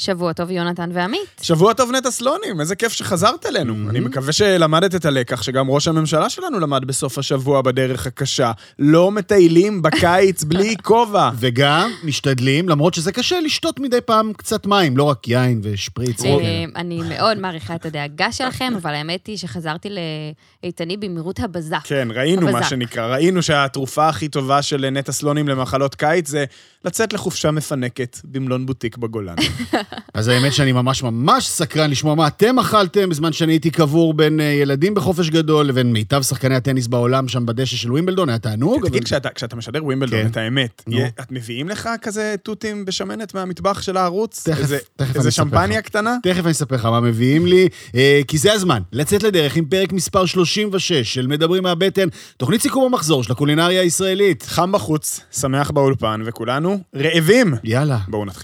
שבוע טוב, יונתן ועמית. שבוע טוב, נטע סלונים, איזה כיף שחזרת אלינו. אני מקווה שלמדת את הלקח, שגם ראש הממשלה שלנו למד בסוף השבוע בדרך הקשה. לא מטיילים בקיץ בלי כובע. וגם משתדלים, למרות שזה קשה, לשתות מדי פעם קצת מים, לא רק יין ושפריץ. אני מאוד מעריכה את הדאגה שלכם, אבל האמת היא שחזרתי לאיתני במהירות הבזה. כן, ראינו מה שנקרא, ראינו שהתרופה הכי טובה של נטע סלונים למחלות קיץ זה לצאת לחופשה מפנקת במלון בוטיק בגולן. אז האמת שאני ממש סקרן לשמוע מה אתם אכלתם בזמן שאני הייתי קבור בין ילדים בחופש גדול לבין מיטב שחקני הטניס בעולם שם בדשא של ווימבלדון, היה תענוג. תגיד, כשאתה משדר ווימבלדון, את האמת, את מביאים לך כזה טוטים בשמנת מהמטבח של הערוץ? איזה שמפניה קטנה? תכף אני אספר לך מה מביאים לי, כי זה הזמן לצאת לדרך עם פרק מספר 36 של מדברים מהבטן, תוכנית סיכום המחזור של הקולינריה הישראלית. חם בחוץ, שמח באולפן, וכולנו רעבים. יאללה. בואו נתחיל.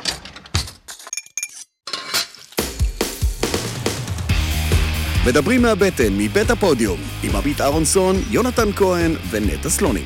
מדברים מהבטן, מבית הפודיום, עם עמית אהרונסון, יונתן כהן ונטע סלונים.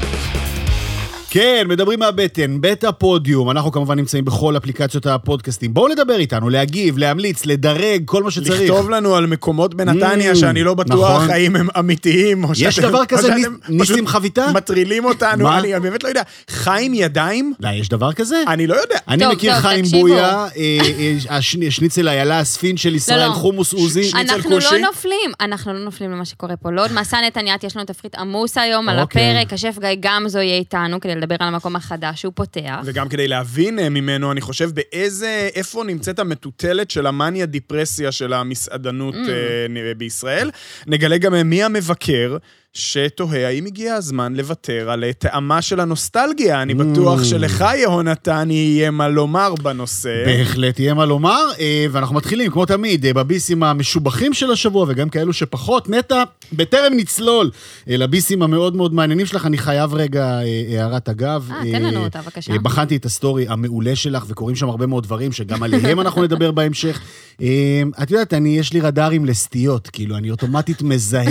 כן, מדברים מהבטן, בית הפודיום, אנחנו כמובן נמצאים בכל אפליקציות הפודקאסטים. בואו לדבר איתנו, להגיב, להמליץ, לדרג, כל מה שצריך. לכתוב לנו על מקומות בנתניה שאני לא בטוח האם הם אמיתיים. יש דבר כזה, ניסים חביתה? מטרילים אותנו, אני באמת לא יודע. חיים ידיים? לא, יש דבר כזה? אני לא יודע. אני מכיר חיים בויה, השניצל איילה, הספין של ישראל, חומוס עוזי. אנחנו לא נופלים למה שקורה פה. לא עוד מסע נתניית, יש לנו תפריט עמוס היום על הפרק, השף גיא גמזו יהיה איתנו כדי לדבר על המקום החדש שהוא פותח. וגם כדי להבין ממנו, אני חושב, איפה נמצאת המטוטלת של המניה דיפרסיה של המסעדנות בישראל. נגלה גם מי המבקר שתוהה האם הגיע הזמן לוותר על טעמה של הנוסטלגיה. אני בטוח שלך, יהונתן, יהיה מה לומר בנושא. בהחלט יהיה מה לומר, ואנחנו מתחילים, כמו תמיד, בביסים המשובחים של השבוע, וגם כאלו שפחות. נטע, בטרם נצלול לביסים המאוד מאוד מעניינים שלך, אני חייב רגע הערת אגב. תן לנו אותה, בבקשה. בחנתי את הסטורי המעולה שלך, וקוראים שם הרבה מאוד דברים, שגם עליהם אנחנו נדבר בהמשך. את יודעת, יש לי רדארים לסטיות, כאילו, אני אוטומטית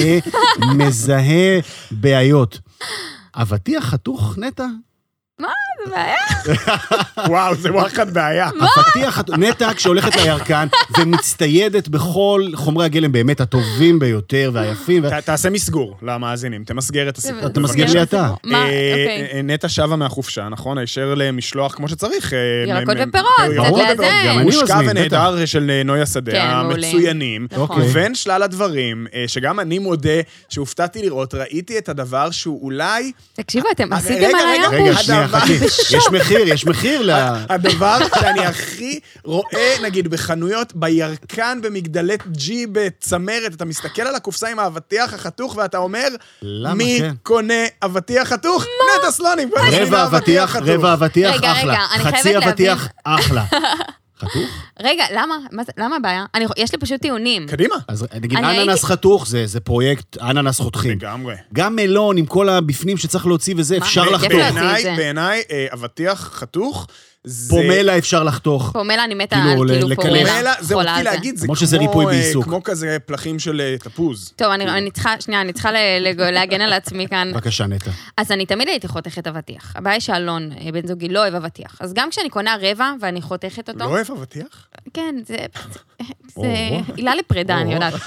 מזהה בעיות. אבטיח חתוך, נטע? מה? זה בעיה? וואו, זה וואחד בעיה. אבטיח חתוך, נטע כשהולכת לירקן ומצטיידת בכל חומרי הגלם באמת הטובים ביותר והיפים. תעשה מסגור למאזינים, תמסגר את הסיפור. תמסגר לי אתה. נטע שווה מהחופשה, נכון? הישר למשלוח כמו שצריך. ירקות ופירות, מושקע ונהדר של נויה שדה, המצוינים. ובין שלל הדברים, שגם אני מודה שהופתעתי לראות, ראיתי את הדבר שהוא אולי... תקשיבו, אתם עשיתם עליי יש מחיר הדבר שאני הכי רואה, נגיד, בחנויות, בירקן, במגדלי ג'י, בצמרת, אתה מסתכל על הקופסה עם האבטיח החתוך, ואתה אומר, מי קונה אבטיח חתוך? נטע סלונים. רבע אבטיח, אחלה. חצי אבטיח, אחלה. חתוך? רגע, למה הבעיה? יש לי פשוט טיעונים. קדימה. אז נגיד, אננס חתוך, זה פרויקט, אננס חותכים. לגמרי. גם מלון עם כל הבפנים שצריך להוציא וזה, אפשר לחתוך. בעיניי, אבטיח חתוך, פומלה אפשר לחתוך. פומלה, אני מתה על כאילו פומלה. זה אותי להגיד, זה כמו כזה פלחים של תפוז. טוב, אני צריכה להגן על עצמי כאן. בבקשה, נטע. אז אני תמיד הייתי חותכת אבטיח. הבעיה היא שאלון, בן זוגי, לא אוהב אבטיח. אז גם כשאני קונה רבע ואני חותכת אותו... לא אוהב אבטיח? כן, זה עילה לפרידה, אני יודעת.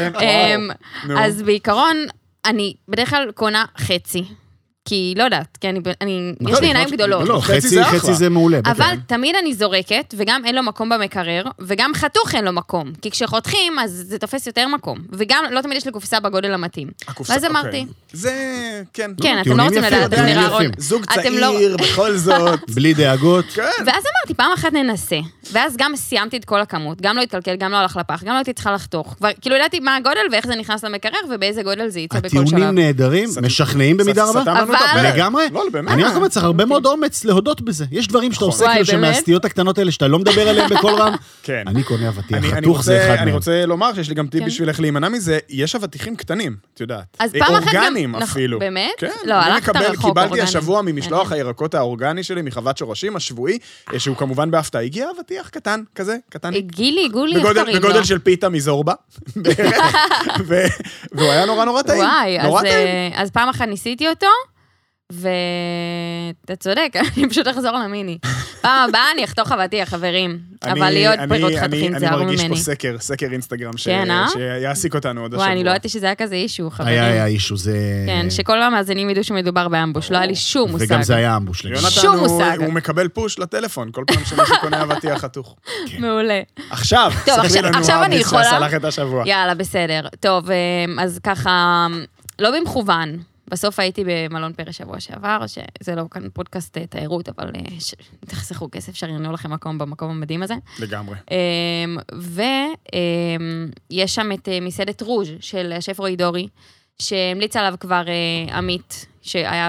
אז בעיקרון, אני בדרך כלל קונה חצי. כי לא יודעת, כי יש לי עיניים גדולות. לא, חצי זה מעולה. אבל תמיד אני זורקת, וגם אין לו מקום במקרר, וגם חתוך אין לו מקום. כי כשחותכים, אז זה תופס יותר מקום. וגם לא תמיד יש לי קופסה בגודל המתאים. ואז אמרתי... זה, כן. כן, אתם לא רוצים לדעת, זה נראה עוד. זוג צעיר, בכל זאת. בלי דאגות. ואז אמרתי, פעם אחת ננסה. ואז גם סיימתי את כל הכמות. גם לא התקלקל, גם לא הלך לפח, גם לא הייתי צריכה לחתוך. כאילו ידעתי מה הגודל ואיך זה נכנס למקרר, ובאיזה גודל זה יצא בכל שלב. הטיעונים נהדרים, משכנעים במידה רבה. לגמרי. אני רק אומר, צריך הרבה מאוד אומץ להודות בזה. יש דברים שאתה עושה כאילו שמהסטיות הקטנות האלה שאתה לא מדבר עליהן בקול רם. אני קונה אבטיח חתוך, זה אחד מהם. אני רוצה לומר שיש לי גם טיפ בשבילך להימנע מזה, יש אבטיחים קטנים, את יודעת. אורגניים אפילו. באמת? כן. לא, הלכת רחוק. קיבלתי השבוע ממשלוח הירקות האורגני שלי, מחוות שורשים השבועי, שהוא כמובן בהפתעה. הגיע אבטיח קטן, כזה, קטן. גילי, בגודל של פיתה מזורבה. והוא היה נורא טעים. וואי, אז פעם אחת ניסיתי אותו, ואתה צודק, אני פשוט אחזור למיני. פעם הבאה אני אחתוך אבטיח, חברים. אבל להיות פירות חתכים זה הרבה ממני. אני מרגיש פה סקר אינסטגרם שיעסיק אותנו עוד השבוע. וואי, אני לא יודעתי שזה היה כזה אישו, חברים. היה אישו, זה... כן, שכל המאזינים ידעו שמדובר באמבוש, לא היה לי שום מושג. וגם זה היה אמבוש. שום מושג. הוא מקבל פוש לטלפון, כל פעם שמישהו קונה אבטיח חתוך. מעולה. עכשיו, ספרי לנו מה שעשה את השבוע. יאללה, בסדר. טוב, אז ככה, לא במכוון. בסוף הייתי במלון פרא שבוע שעבר, שזה לא כאן פודקאסט תיירות, אבל תחסכו כסף, שרינו לכם מקום במקום המדהים הזה. לגמרי. ויש שם את מסעדת רוז' של השף רועי דורי, שהמליץ עליו כבר עמית, שהיה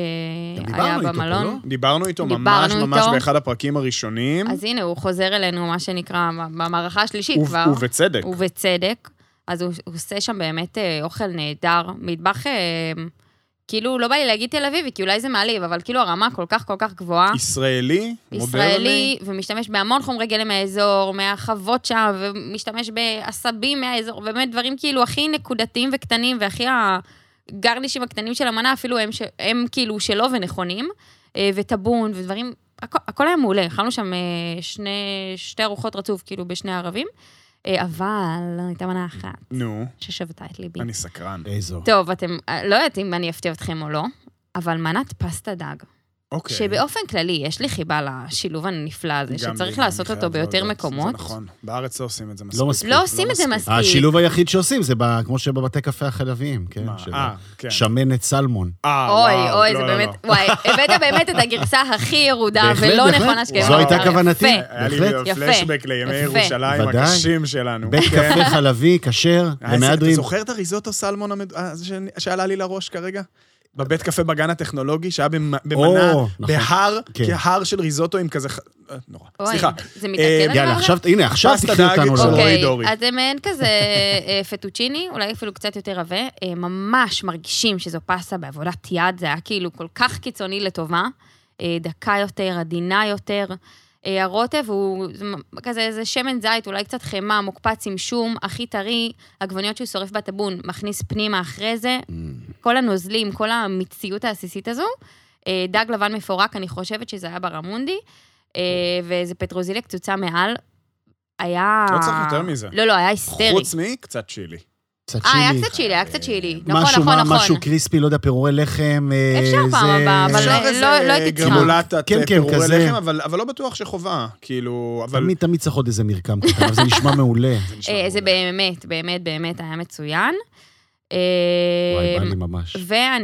במלון. דיברנו איתו ממש באחד הפרקים הראשונים. אז הנה, הוא חוזר אלינו, מה שנקרא, במערכה השלישית כבר. ובצדק. ובצדק. אז הוא עושה שם באמת אוכל נהדר, מטבח, כאילו, לא בא לי להגיד תל אביבי, כי אולי זה מעליב, אבל כאילו הרמה כל כך גבוהה. ישראלי, מודרני. ישראלי, ומשתמש בהמון חומרי גלם מהאזור, מהחוות שם, ומשתמש בעשבים מהאזור, ובאמת דברים כאילו הכי נקודתיים וקטנים, והכי הגרנישים הקטנים של המנה, אפילו הם כאילו שלו ונכונים, וטבון ודברים, הכל היה מעולה. אכלנו שם שתי ארוחות רצוף, כאילו בשני ערבים, אבל הייתה מנה אחת. נו. ששבתה את ליבי. אני סקרן. איזו. טוב, אתם, לא יודעת אם אני אפתיע אתכם או לא, אבל מנת פסטה דג. אוקיי. שבאופן כללי, יש לי חיבה לשילוב הנפלא הזה, שצריך לעשות אותו ביותר מקומות. זה נכון. בארץ לא עושים את זה מספיק. לא מספיק. לא עושים את זה מספיק. השילוב היחיד שעושים, זה כמו שבבתי קפה החלביים, כן? כן. שמנת סלמון. אוי, זה באמת, וואי, הבאת באמת את הגרסה הכי ירודה, ולא נכונה שקיימת. זו הייתה כוונתי. היה לי פלשבק לימי ירושלים הקשים שלנו. בית קפה חלבי, כשר, למהדרין. אתה זוכר את הריזוטו סלמון שעלה לי לראש כרגע? בבית קפה בגן הטכנולוגי, שהיה במנה, בהר של ריזוטו עם כזה... נורא. סליחה. זה מתעכל יאללה, עכשיו תקחי אותנו. אוקיי, אז זה מעין כזה פטוצ'יני, אולי אפילו קצת יותר רבה, ממש מרגישים שזו פסטה בעבודת יד, זה היה כאילו כל כך קיצוני לטובה, דקה יותר, עדינה יותר, הרוטב הוא כזה איזה שמן זית, אולי קצת חמה, מוקפץ עם שום, הכי טרי, עגבניות שהוא שורף בטבון, מכניס פנימה אחרי זה, כל הנוזלים, כל המציאות העסיסית הזו, דג לבן מפורק, אני חושבת שזה היה ברמונדי, ואיזה פטרוזיליה קצוצה מעל, היה... לא צריך יותר מזה. לא, היה היסטרי. חוץ קצת צ'ילי. היה קצת צ'ילי. נכון. משהו קריספי, לא יודע, פירורי לחם. אפשר פעם הבא, אבל לא הייתי צריכה. גרמולטת פירורי לחם, אבל לא בטוח שחובה, כאילו... תמיד צריך עוד איזה מרקם קטן, אבל זה נשמע מעולה. זה באמת היה מצוין. וואי, בא לי ממש.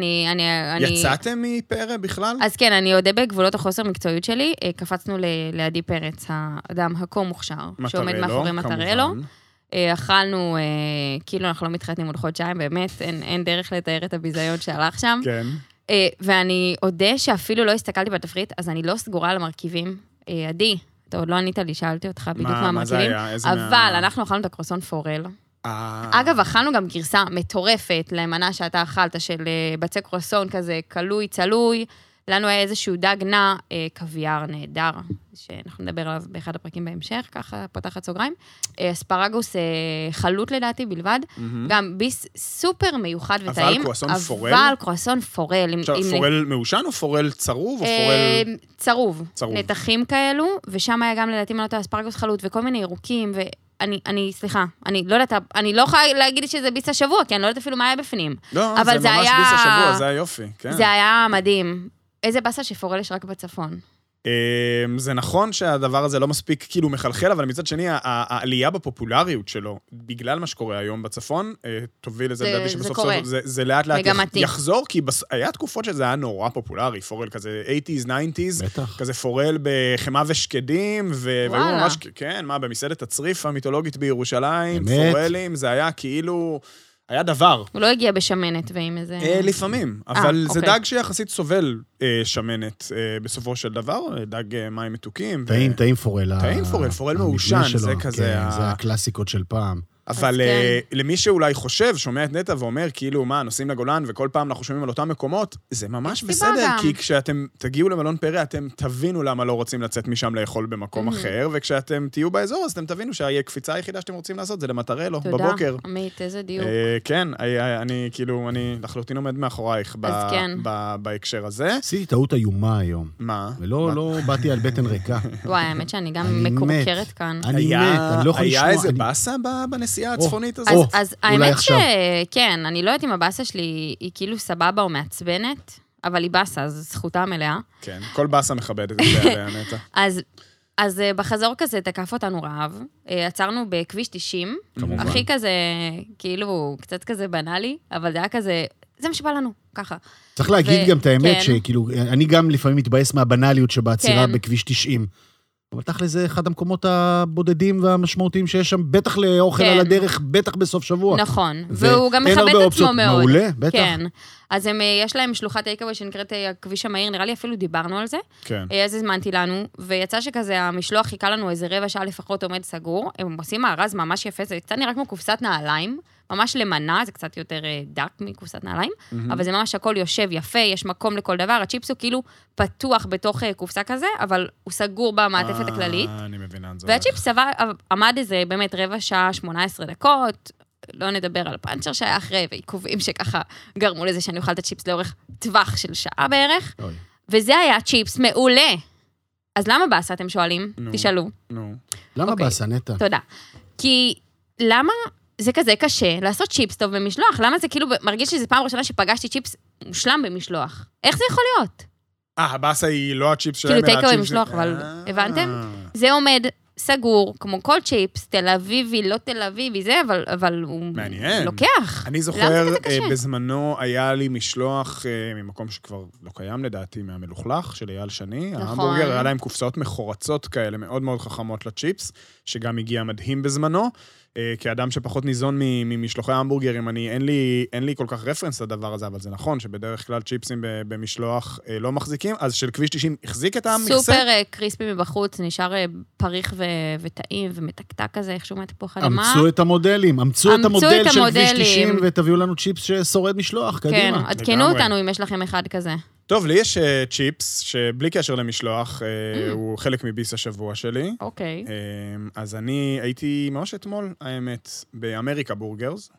יצאתם מפרא בכלל? אז כן, אני יודע בגבולות החוסר מקצועיות שלי, קפצנו לידי פרץ, האדם הכה מוכשר, שעומד מאחורי מטרלו. אכלנו, כאילו אנחנו לא מתחתנים עוד חודשיים, באמת, אין דרך לתאר את הביזיון שהלך שם. כן. ואני אודה שאפילו לא הסתכלתי בתפריט, אז אני לא סגורה על המרכיבים. עדי, אתה עוד לא ענית לי, שאלתי אותך בדיוק מה המרכיבים. אבל אנחנו אכלנו את הקרוסון פורל. אגב, אכלנו גם גרסה מטורפת למנה שאתה אכלת של בצק קרוסון כזה, קלוי, צלוי. לנו היה איזשהו דג נע, קוויאר נהדר, שאנחנו נדבר עליו באחד הפרקים בהמשך, ככה פותחת סוגריים. אספרגוס חלוט לדעתי בלבד, גם ביס סופר מיוחד וטעים. אבל קרואסון פורל? אבל קרואסון פורל. פורל מעושן או פורל צרוב או פורל... צרוב. נתחים כאלו, ושם היה גם לדעתי מנות האספרגוס חלוט, וכל מיני ירוקים, סליחה, אני לא יודעת, אני לא יכולה להגיד שזה ביס השבוע, כי אני לא יודעת אפילו מה היה בפנים. לא, זה ממש ביס השבוע, זה היה יופי. זה היה מדהים. איזה בסה שפורל יש רק בצפון? זה נכון שהדבר הזה לא מספיק כאילו מחלחל, אבל מצד שני, העלייה בפופולריות שלו, בגלל מה שקורה היום בצפון, תוביל לזה לדעתי שבסוף זה לאט לאט יחזור, כי היה תקופות שזה היה נורא פופולרי, פורל כזה 80s, 90s, כזה פורל בחמה ושקדים, וממש, כן, במסעדת הצריף המיתולוגית בירושלים, פורלים, זה היה כאילו... היה דבר. הוא לא הגיע בשמנת ועם איזה... לפעמים, אבל זה דג שיחסית סובל שמנת בסופו של דבר, דג מים מתוקים. טעים פורל. טעים פורל מעושן, זה כזה... זה הקלאסיקות של פעם. אבל למי שאולי חושב, שומע את נטע ואומר, כאילו, מה, נוסעים לגולן, וכל פעם אנחנו שומעים על אותם מקומות, זה ממש בסדר, כי כשאתם תגיעו למלון פרא, אתם תבינו למה לא רוצים לצאת משם לאכול במקום אחר, וכשאתם תהיו באזור, אז אתם תבינו שהקפיצה היחידה שאתם רוצים לעשות, זה למטרלו, בבוקר. תודה, עמית, איזה דיוק. כן, אני לחלוטין עומד מאחורייך בהקשר הזה. עשיתי טעות איומה היום. מה? ולא באתי על בטן ריקה. וואי, האמת שאני גם מקורקרת כאן. אני מת, אני לא יכול לשמוע. היה איזה באסה בנסיעה הצפונית הזאת? אז האמת שכן, אני לא יודעת אם הבאסה שלי היא כאילו סבבה או מעצבנת, אבל היא באסה, אז זכותה מלאה. כן, כל באסה מכבדת את זה, נטע. אז בחזור כזה תקף אותנו רעב, עצרנו בכביש 90, הכי כזה, כאילו, קצת כזה בנאלי, אבל זה היה כזה, זה מה שבא לנו, ככה. צריך להגיד גם את האמת שכאילו, אני גם לפעמים מתבאס מהבנאליות שבעצירה בכביש 90. אבל תכל'ס זה אחד המקומות הבודדים והמשמעותיים שיש שם, בטח לאוכל על הדרך, בטח בסוף שבוע. נכון, והוא גם מכבד את עצמו מאוד. מעולה, בטח. כן, אז יש להם שלוחת טייקאווי שנקראת הכביש המהיר, נראה לי אפילו דיברנו על זה. כן. אז הזמנתי לנו, ויצא שכזה המשלוח חיכה לנו איזה רבע שעה לפחות עומד סגור, הם עושים מארז ממש יפה, זה קצת נראה כמו קופסת נעליים, ממש למנה, זה קצת יותר דק מקופסת נעליים, אבל זה ממש הכל יושב יפה, יש מקום לכל דבר, הצ'יפס הוא כאילו פתוח בתוך קופסה כזה, אבל הוא סגור במעטפת הכללית. אני מבינה את זה. והצ'יפס עמד איזה באמת רבע שעה, 18 דקות, לא נדבר על פאנצ'ר שהיה אחרי, ועיכובים שככה גרמו לזה שאני אוכל את הצ'יפס לאורך טווח של שעה בערך, וזה היה צ'יפס מעולה. אז למה באסה, אתם שואלים? תשאלו. למה באסה, נטע? תודה. כי למה זה כזה קשה לעשות צ'יפס טוב במשלוח? למה זה כאילו מרגיש שזה פעם ראשונה שפגשתי צ'יפס מושלם במשלוח? איך זה יכול להיות? הבאסה היא לא הצ'יפס שלהם, כאילו טייקאווי משלוח, אבל הבנתם? זה עומד סגור, כמו כל צ'יפס, תל אביבי, לא תל אביבי, זה, אבל הוא לוקח. אני זוכר, בזמנו היה לי משלוח ממקום שכבר לא קיים לדעתי, מהמלוכלך של אייל שני. ההמבורגר, היה להם קופסאות מחורצות כאלה, מאוד מאוד חכמות לצ'יפס, שגם הגיע מדהים בזמנו. כאדם שפחות ניזון ממשלוחי המבורגרים, אין לי כל כך רפרנס לדבר הזה, אבל זה נכון שבדרך כלל צ'יפסים במשלוח לא מחזיקים, אז של כביש 90 החזיק את המכסה? סופר קריספי מבחוץ, נשאר פריך וטעים ומתקתק כזה, איכשהו מהתפוח אדמה. אמצו את המודלים, אמצו את המודל של כביש 90 ותביאו לנו צ'יפס ששורד משלוח, קדימה. כן, עדכנו אותנו אם יש לכם אחד כזה. טוב, לי יש צ'יפס, שבלי קשר למשלוח, הוא חלק מביס השבוע שלי. אוקיי. אז אני הייתי ממש אתמול, האמת, באמריקה בורגרס,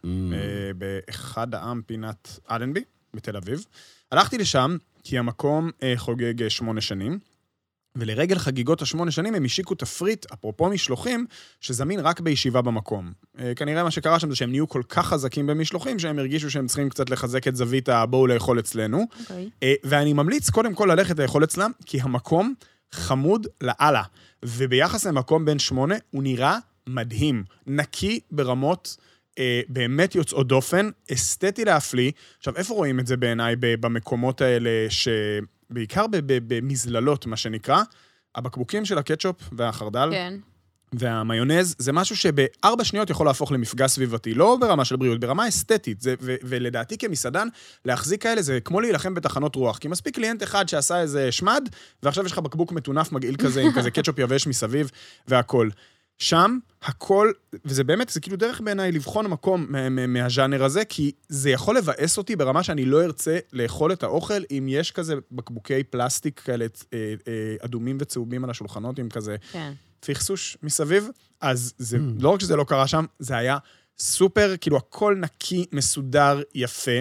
באחד העם פינת אלנבי, בתל אביב. הלכתי לשם, כי המקום חוגג 8 שנים, ולרגל חגיגות 8 שנים הם השיקו תפריט, אפרופו משלוחים, שזמין רק בישיבה במקום. כנראה מה שקרה שם זה שהם נהיו כל כך חזקים במשלוחים, שהם הרגישו שהם צריכים קצת לחזק את זווית הבואו לאכול אצלנו. ואני ממליץ קודם כל ללכת לאכול אצלם, כי המקום חמוד לאללה. וביחס למקום בין 8, הוא נראה מדהים. נקי ברמות באמת יוצאות דופן, אסתטי להפליא. עכשיו, איפה רואים את זה בעיניי במקומות האלה בעיקר במזללות, מה שנקרא, הבקבוקים של הקטשופ והחרדל, כן. והמיונז, זה משהו ב4 שניות יכול להפוך למפגע סביבתי, לא ברמה של בריאות, ברמה אסתטית, ולדעתי כמסעדן, להחזיק כאלה זה כמו להילחם בתחנות רוח, כי מספיק קליינט אחד שעשה איזה שמד, ועכשיו יש לך בקבוק מטונף מגעיל כזה, עם כזה קטשופ יבש מסביב, והכל. שם, הכל, וזה באמת, זה כאילו דרך בעיניי לבחון מקום מהז'אנר הזה, כי זה יכול לבאס אותי ברמה שאני לא ארצה לאכול את האוכל, אם יש כזה בקבוקי פלסטיק כאלה אדומים וצהובים על השולחנות, עם כזה פכסוש מסביב, אז זה, לא רק שזה לא קרה שם, זה היה סופר, כאילו הכל נקי, מסודר, יפה.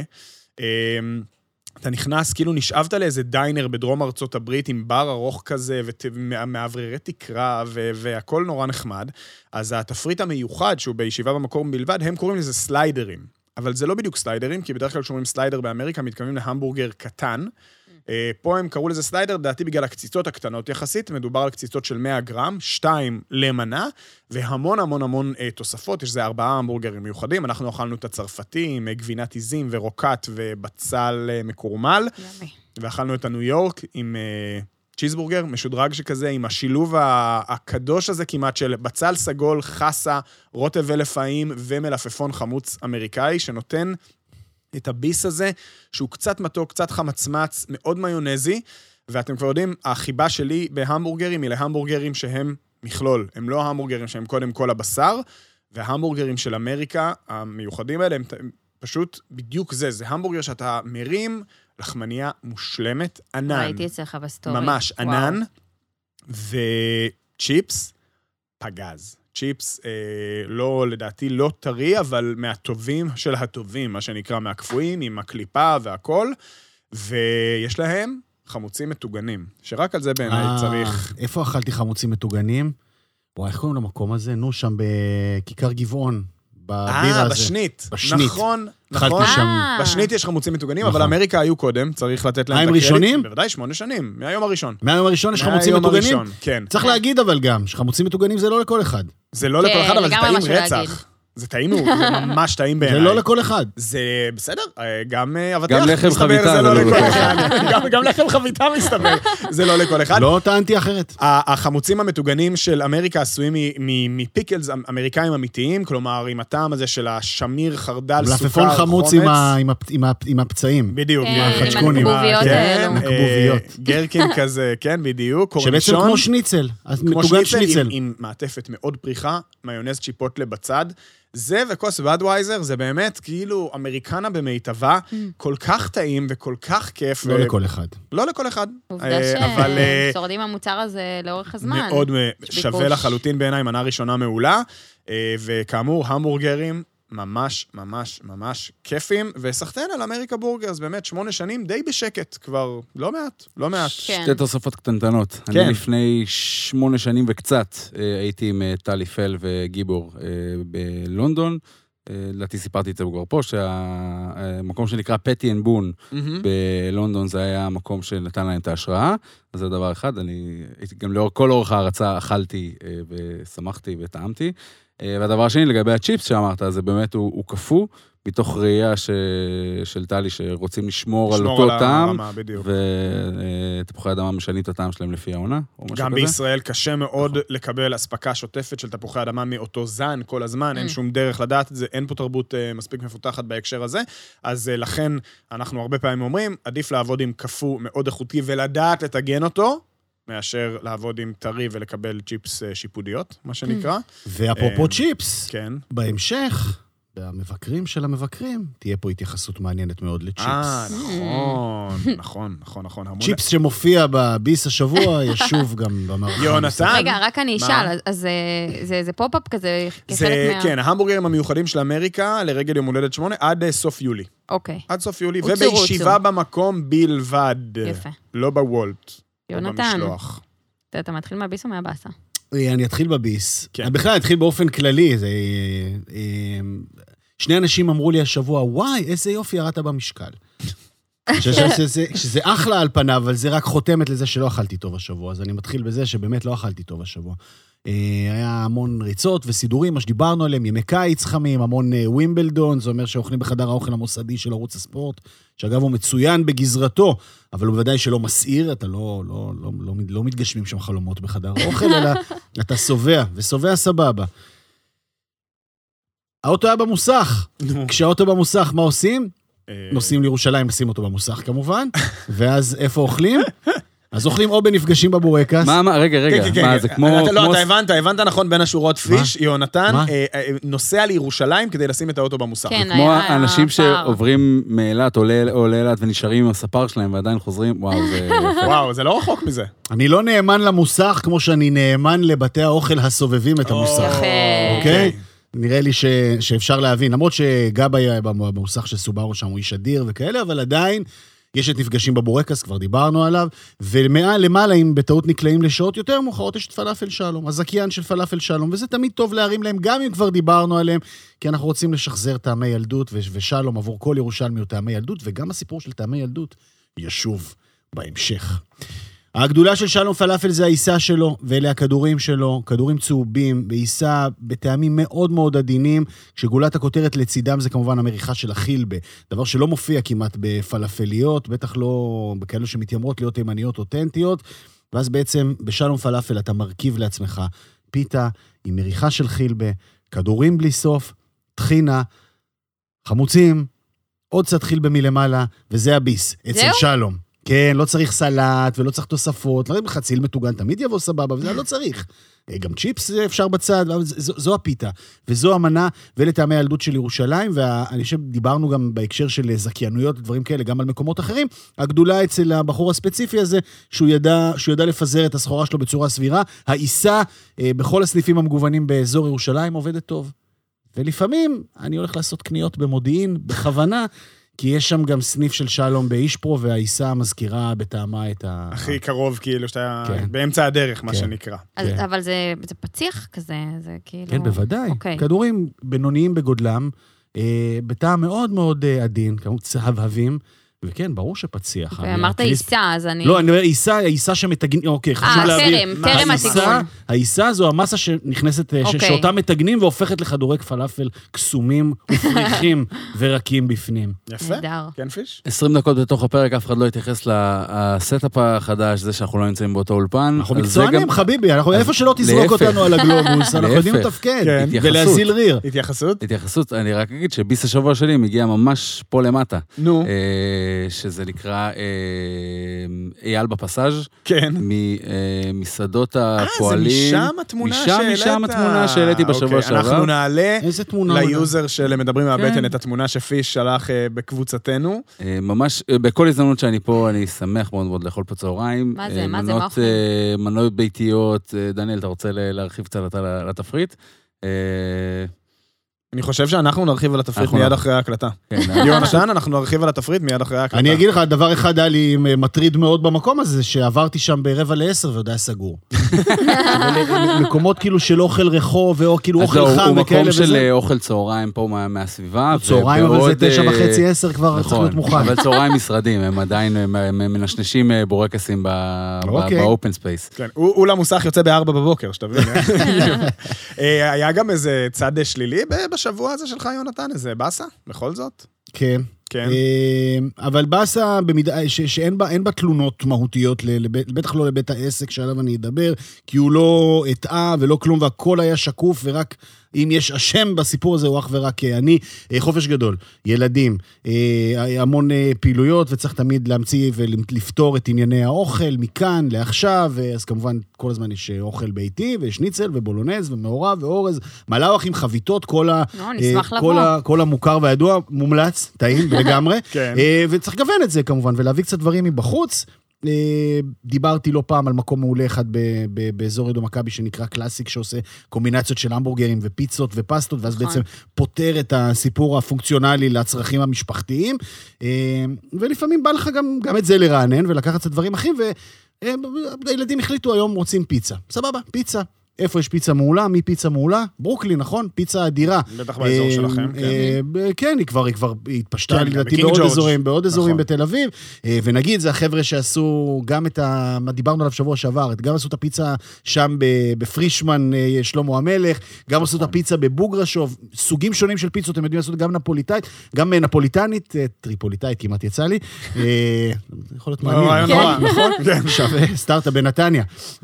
אתה נכנס, כאילו נשאבת לאיזה דיינר בדרום ארצות הברית, עם בר ארוך כזה, ומעבררי תקרה, והכל נורא נחמד. אז התפריט המיוחד, שהוא בישיבה במקום בלבד, הם קוראים לזה סליידרים. אבל זה לא בדיוק סליידרים, כי בדרך כלל כשאומרים סליידר באמריקה, מתכוונים להמבורגר קטן. פה הם קראו לזה סליידר, דעתי בגלל הקציצות הקטנות יחסית, מדובר על קציצות של 100 גרם, 2 למנה, והמון המון המון תוספות, יש זה 4 המבורגרים מיוחדים, אנחנו אכלנו את הצרפתים, גבינת עיזים ורוקט ובצל מקורמל, ואכלנו את הניו יורק עם צ'יזבורגר, משודרג שכזה, עם השילוב הקדוש הזה כמעט של בצל סגול, חסה, רוטב ולפאים ומלפפון חמוץ אמריקאי, שנותן את הביס הזה, שהוא קצת מתוק, קצת חמצמץ, מאוד מיונזי, ואתם כבר יודעים, החיבה שלי בהמבורגרים היא להמבורגרים שהם מכלול, הם לא המבורגרים שהם קודם כל הבשר, וההמבורגרים של אמריקה, המיוחדים האלה, הם פשוט בדיוק זה המבורגר שאתה מרים, לחמניה מושלמת, ענן. ראיתי אצלך בסטורי. ממש, ענן, וצ'יפס, פגז. צ'יפס, לא, לדעתי, לא טרי, אבל מהטובים של הטובים, מה שנקרא מהקפואים, עם הקליפה והכל, ויש להם חמוצים מטוגנים, שרק על זה בעיניי צריך... איפה אכלתי חמוצים מטוגנים? וואי, איך קוראים למקום הזה? נו, שם בכיכר גבעון, בבירה הזה. בשנית. בשנית. נכון. בשנית יש חמוצים מטוגנים, אבל אמריקה היו קודם, צריך לתת להם את הקרדיט. ראשונים? בוודאי, 8 שנים, מהיום הראשון. מהיום הראשון יש חמוצים מטוגנים? כן. צריך להגיד אבל גם, שחמוצים מטוגנים זה לא לכל אחד. זה לא לכל אחד, אבל זה טעים רצח. זה טעים, זה ממש טעים בעיניי. זה לא לכל אחד. זה בסדר, גם אבטיח. גם לחם חביתה זה לא לכל אחד. גם לחם חביתה מסתבר, זה לא לכל אחד. לא טענתי אחרת. החמוצים המטוגנים של אמריקה עשויים מפיקלס אמריקאים אמיתיים, כלומר, עם הטעם הזה של השמיר, חרדל, סוכר, חומץ. מלפפון חמוץ עם הפצעים. בדיוק. עם הנקבוביות האלו. נקבוביות. גרקין כזה, כן, בדיוק. שבעצם כמו שניצל. כמו שניצל עם מעטפת מאוד פריחה, מיונז צ'יפוטלה בצד. זה וכוס בדווייזר, זה באמת כאילו אמריקנה במיטבה, כל כך טעים וכל כך כיף. לא לכל אחד. לא לכל אחד. עובדה ששורדים המוצר הזה לאורך הזמן. מאוד שווה לחלוטין בעיניי, מנה ראשונה מעולה, וכאמור, המבורגרים ממש ממש ממש כיפים, וסחטן על אמריקה בורגרס, באמת 8 שנים די בשקט, כבר לא מעט. שתי תוספות קטנטנות. אני לפני 8 שנים וקצת הייתי עם טלי פל וגיבור בלונדון, לדעתי סיפרתי את זה כבר פה, שהמקום שנקרא פטי אנד בון בלונדון, זה היה המקום שנתן להם את ההשראה, אז זה דבר אחד, אני גם כל אורך ההרצה אכלתי ושמחתי וטעמתי, והדבר השני, לגבי הצ'יפס שאמרת, זה באמת הוא קפוא, מתוך ראייה של טלי, שרוצים לשמור על אותו טעם, ותפוחי אדמה משנים את הטעם שלהם לפי העונה. גם בישראל קשה מאוד לקבל אספקה שוטפת של תפוחי אדמה מאותו זן כל הזמן, אין שום דרך לדעת את זה, אין פה תרבות מספיק מפותחת בהקשר הזה, אז לכן אנחנו הרבה פעמים אומרים, עדיף לעבוד עם קפוא מאוד איכותי ולדעת לתגן אותו, מאשר לעבוד עם טרי ולקבל צ'יפס שיפודיות, מה שנקרא. ואפרופו צ'יפס, בהמשך, והמבקרים של המבקרים, תהיה פה התייחסות מעניינת מאוד לצ'יפס. נכון. צ'יפס שמופיע בביס השבוע, ישוב גם במערכה. יונתן. רגע, רק אני אשאל, אז זה פופ-אפ כזה, כחלק מה... כן, ההמבורגרים המיוחדים של אמריקה, לרגל יום הולדת 8, עד סוף יולי. אוקיי. עד סוף יולי, ובישיבה במקום בלבד. יפה. לא בוולט. יונתן, אתה מתחיל מהביס או מהבאסה? אני אתחיל בביס. בכלל, אתחיל באופן כללי. שני אנשים אמרו לי השבוע, וואי, איזה יופי ירדת במשקל. שזה אחלה על פניו, אבל זה רק חותמת לזה שלא אכלתי טוב השבוע. אז אני מתחיל בזה שבאמת לא אכלתי טוב השבוע. היה המון ריצות וסידורים, מה שדיברנו עליהם, ימי קיץ חמים, המון ווימבלדון, זה אומר שאוכלים בחדר האוכל המוסדי של ערוץ הספורט, שאגב הוא מצוין בגזרתו, אבל הוא בוודאי שלא מסעיר, אתה לא מתגשמים שם חלומות בחדר האוכל, אלא אתה סובע, וסובע סבבה. האוטו היה במוסך, כשהאוטו במוסך, מה עושים? נוסעים לירושלים, נשים אותו במוסך כמובן, ואז איפה אוכלים? אז אוכלים או בנפגשים בבורקס. רגע, מה זה כמו... לא, אתה הבנת נכון בין השורות פיש, יונתן, נוסע לירושלים כדי לשים את האוטו במוסך. כמו האנשים שעוברים מאילת או לאילת ונשארים עם הספר שלהם ועדיין חוזרים, וואו, זה לא רחוק מזה. אני לא נאמן למוסך כמו שאני נאמן לבתי האוכל הסובבים את המוסך. אוקיי? נראה לי שאפשר להבין, למרות שגב היה במוסך של סובארו שם, הוא איש אדיר וכאלה, אבל עדיין יש את נפגשים בבורקס, כבר דיברנו עליו, ולמעלה, אם בטעות נקלעים לשעות יותר מאוחרות, יש את פלאפל שלום, הזכיין של פלאפל שלום, וזה תמיד טוב להרים להם, גם אם כבר דיברנו עליהם, כי אנחנו רוצים לשחזר טעמי ילדות, ושלום עבור כל ירושלמי הוא טעמי ילדות, וגם הסיפור של טעמי ילדות ישוב בהמשך. הגדולה של שלום פלאפל זה העיסה שלו, ואלה הכדורים שלו, כדורים צהובים, בעיסה בטעמים מאוד מאוד עדינים, כשגולת הכותרת לצידם זה כמובן המריחה של החילבה, דבר שלא מופיע כמעט בפלאפליות, בטח לא בכאלו שמתיימרות להיות תימניות אותנטיות, ואז בעצם בשלום פלאפל אתה מרכיב לעצמך פיתה עם מריחה של חילבה, כדורים בלי סוף, תחינה, חמוצים, עוד קצת חילבה מלמעלה, וזה הביס, אצל שלום. כן, לא צריך סלט ולא צריך תוספות, לא חציל מטוגן, תמיד יבוא סבבה, וזה לא צריך. גם צ'יפס אפשר בצד, זו הפיתה, וזו המנה, ולטעמי הילדות של ירושלים, ואני חושב, דיברנו גם בהקשר של זכיינויות, דברים כאלה, גם על מקומות אחרים, הגדולה אצל הבחור הספציפי הזה, שהוא ידע לפזר את הסחורה שלו בצורה סבירה, העיסה בכל הסניפים המגוונים באזור ירושלים עובדת טוב. ולפעמים אני הולך לעשות קניות במודיעין, בכוונה, כי יש שם גם סניף של שלום באישפרו, והעיסה מזכירה בטעמה את ה... הכי קרוב, כאילו, שאתה באמצע הדרך, מה שנקרא. אבל זה פציח כזה, זה כאילו... כן, בוודאי. כדורים בינוניים בגודלם, בטעם מאוד מאוד עדין, כמות צהבהבים, וכן, ברור שפציח. ואמרת עיסה, אז אני... לא, אני אומר עיסה שמתגנים, אוקיי, חשוב להביא. טרם התיקון. העיסה זו המסה שנכנסת, שאותה מתגנים והופכת לכדורי פלאפל קסומים ופריחים ורקים בפנים. יפה, כן פיש? 20 דקות בתוך הפרק, אף אחד לא יתייחס לסטאפ החדש, זה שאנחנו לא נמצאים באותו אולפן. אנחנו מקצוענים, חביבי, אנחנו איפה שלא תזרוק אותנו על הגלובוס, אנחנו יודעים לתפקד, ולהזיל ריר. התייחסות? אני רק אגיד שביס השבוע שלי מגיע ממש פה למטה. נו. שזה נקרא אייל בפסאז' כן. ממסעדות הפועלים. זה משם התמונה שהעלית? משם התמונה שהעליתי בשבוע שעבר. אנחנו נעלה ליוזר של מדברים מהבטן את התמונה שפיש שלח בקבוצתנו. ממש, בכל הזדמנות שאני פה, אני שמח מאוד מאוד לאכול פה צהריים. מה זה? מה זה? מה אוכל? מנות ביתיות. דניאל, אתה רוצה להרחיב קצת על התפריט? אני חושב שאנחנו נרחיב על התפריט מיד אחרי ההקלטה. יונתן, אנחנו נרחיב על התפריט מיד אחרי ההקלטה. אני אגיד לך, דבר אחד היה לי מטריד מאוד במקום הזה, שעברתי שם ב9:45 ועוד היה סגור. מקומות כאילו של אוכל רחוב, או כאילו אוכל חם וכאלה. הוא מקום של אוכל צהריים פה מהסביבה. צהריים, אבל זה 9:30-10 כבר צריך להיות מוכן. אבל צהריים משרדים, הם עדיין מנשנשים בורקסים באופן ספייס. אולם מוסך יוצא ב4 בבוקר, שתבין. היה גם איזה צד שלילי בשבוע הזה שלך, יונתן, איזה בסה, בכל זאת? כן. כן. אבל בסה, שאין בה תלונות מהותיות, בטח לא לבית העסק שעליו אני אדבר, כי הוא לא הטעה ולא כלום, והכל היה שקוף, ורק אם יש אשם בסיפור הזה, הוא אך ורק אני. חופש גדול, ילדים, המון פעילויות, וצריך תמיד להמציא ולפתור את ענייני האוכל, מכאן לעכשיו, אז כמובן כל הזמן יש אוכל ביתי, ויש ניצל ובולונז ומעורב ואורז, מלאוח עם חביתות, כל המוכר והידוע, מומלץ, טעים לגמרי, וצריך לגוון את זה כמובן, ולהביא קצת דברים מבחוץ. דיברתי לא פעם על מקום מעולה אחד באזור ידו מכבי שנקרא קלאסיק, שעושה קומבינציות של המבורגרים ופיצות ופסטות, ואז בעצם פותר את הסיפור הפונקציונלי לצרכים המשפחתיים, ולפעמים בא לך גם את זה לרענן ולקחת את הדברים אחרים, והילדים החליטו היום רוצים פיצה, סבבה, פיצה. איפה יש פיצה מעולה? מי פיצה מעולה? ברוקלין, נכון? פיצה אדירה. בטח באזור שלכם, כן. כן, היא כבר התפשטה לדעתי בעוד אזורים בתל אביב, ונגיד, זה החבר'ה שעשו גם מה דיברנו עליו שבוע שעבר, גם עשו את הפיצה שם בפרישמן, שלמה המלך, גם עשו את הפיצה בבוגרשוב, סוגים שונים של פיצות, הם יודעים לעשות גם נפוליטאית, גם נפוליטנית, טריפוליטאית כמעט יצא לי, יכול להיות מעניין, נכון? שווה, סטארט-אפ בנתניה.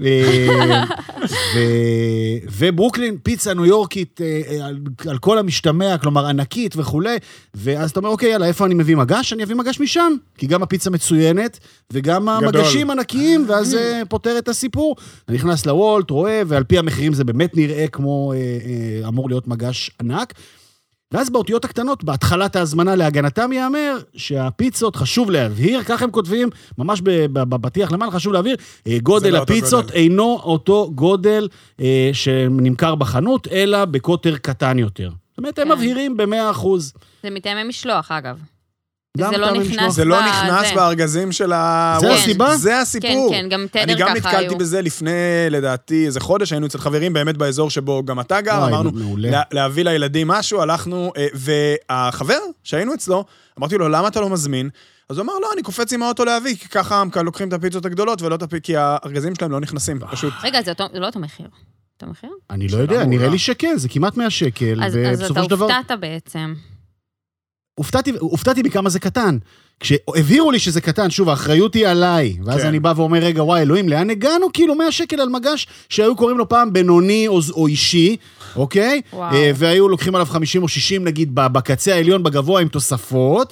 וברוקלין, פיצה ניו יורקית, על כל המשתמע, כלומר ענקית וכו', ואז אתה אומר, אוקיי, יאללה, איפה אני מביא מגש? אני אביא מגש משם, כי גם הפיצה מצוינת, וגם המגשים ענקיים, ואז זה פותר את הסיפור. אני נכנס לוולט, רואה, ועל פי המחירים זה באמת נראה כמו אמור להיות מגש ענק, ואז באותיות הקטנות, בהתחלת ההזמנה להגנתם יאמר, שהפיצות חשוב להבהיר, כך הם כותבים, ממש בפתיח למעלה חשוב להבהיר, גודל הפיצות אינו אותו גודל שנמכר בחנות, אלא בקוטר קטן יותר. זאת אומרת, הם מבהירים ב100%. זה מטעמי משלוח, אגב. זה לא נכנס בארגזים של ה... זה הסיבה? זה הסיפור. כן, גם תדר ככה היו. אני גם נתקלתי בזה לפני, לדעתי, איזה חודש, היינו אצל חברים באמת באזור שבו גם אתה גר, אמרנו, להביא לילדים משהו, הלכנו, והחבר שהיינו אצלו, אמרתי לו, למה אתה לא מזמין? אז הוא אמר, לא, אני קופץ עם האוטו להביא, כי ככה לוקחים את הפיצות הגדולות, כי הארגזים שלהם לא נכנסים, פשוט. רגע, זה לא אותו מחיר. אותו מחיר? אני לא יודע, נראה לי שקל, זה כמעט 100 שקל. אז אתה הופתעת בעצם. הופתעתי בכמה זה קטן. כשהבהירו לי שזה קטן, שוב, האחריות היא עליי, ואז אני בא ואומר, רגע, וואי, אלוהים, לאן הגענו? כאילו 100 שקל על מגש שהיו קוראים לו פעם בינוני או אישי, אוקיי? והיו לוקחים עליו 50 או 60, נגיד, בקצה העליון, בגבוה, עם תוספות,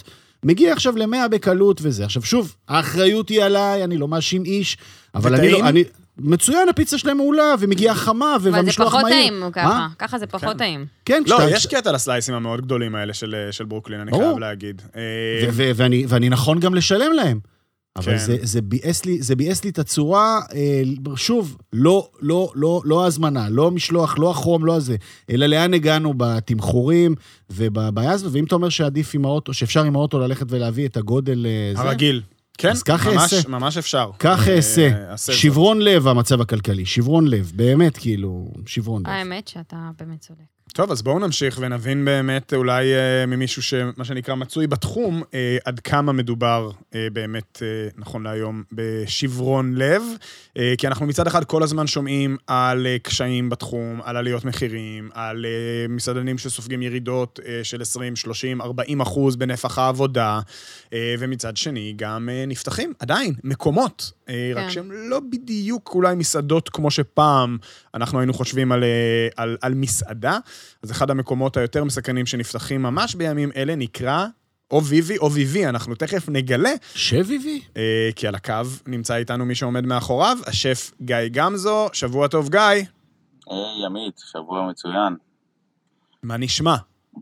מגיע עכשיו ל100 בקלות וזה. עכשיו שוב, האחריות היא עליי, אני לא מאשים איש, אבל אני מצוין, הפיצה שלהם מעולה, ומגיעה חמה, והמשלוח מהיר. אבל זה פחות טעים ככה, ככה זה פחות טעים. כן, לא, יש קטע לסלייסים המאוד גדולים האלה של ברוקלין, אני חייב להגיד. ואני נכון גם לשלם להם. אבל זה ביאס לי את הצורה, שוב, לא הזמנה, לא משלוח, לא החום, לא הזה, אלא לאן הגענו בתמחורים ובבעיה הזאת, ואם אתה אומר שעדיף עם האוטו, שאפשר עם האוטו ללכת ולהביא את הגודל הרגיל. כן, ממש אפשר. כך אעשה. שברון לב המצב הכלכלי, שברון לב, באמת כאילו, שברון לב. האמת שאתה באמת צודק. טוב, אז בואו נמשיך ונבין באמת אולי ממישהו שמה שנקרא מצוי בתחום, עד כמה מדובר באמת נכון להיום בשברון לב, כי אנחנו מצד אחד כל הזמן שומעים על קשיים בתחום, על עליות מחירים, על מסעדנים שסופגים ירידות של 20, 30, 40% בנפח העבודה, ומצד שני גם נפתחים עדיין מקומות, רק שהם לא בדיוק אולי מסעדות כמו שפעם אנחנו היינו חושבים על מסעדה, אז אחד המקומות היותר מסקרנים שנפתחים ממש בימים אלה נקרא או ויבי או ויבי, אנחנו תכף נגלה. שוויבי? כי על הקו נמצא איתנו מי שעומד מאחוריו, השף גיא גמזו. שבוע טוב גיא. ימית, שבוע מצוין. מה נשמע?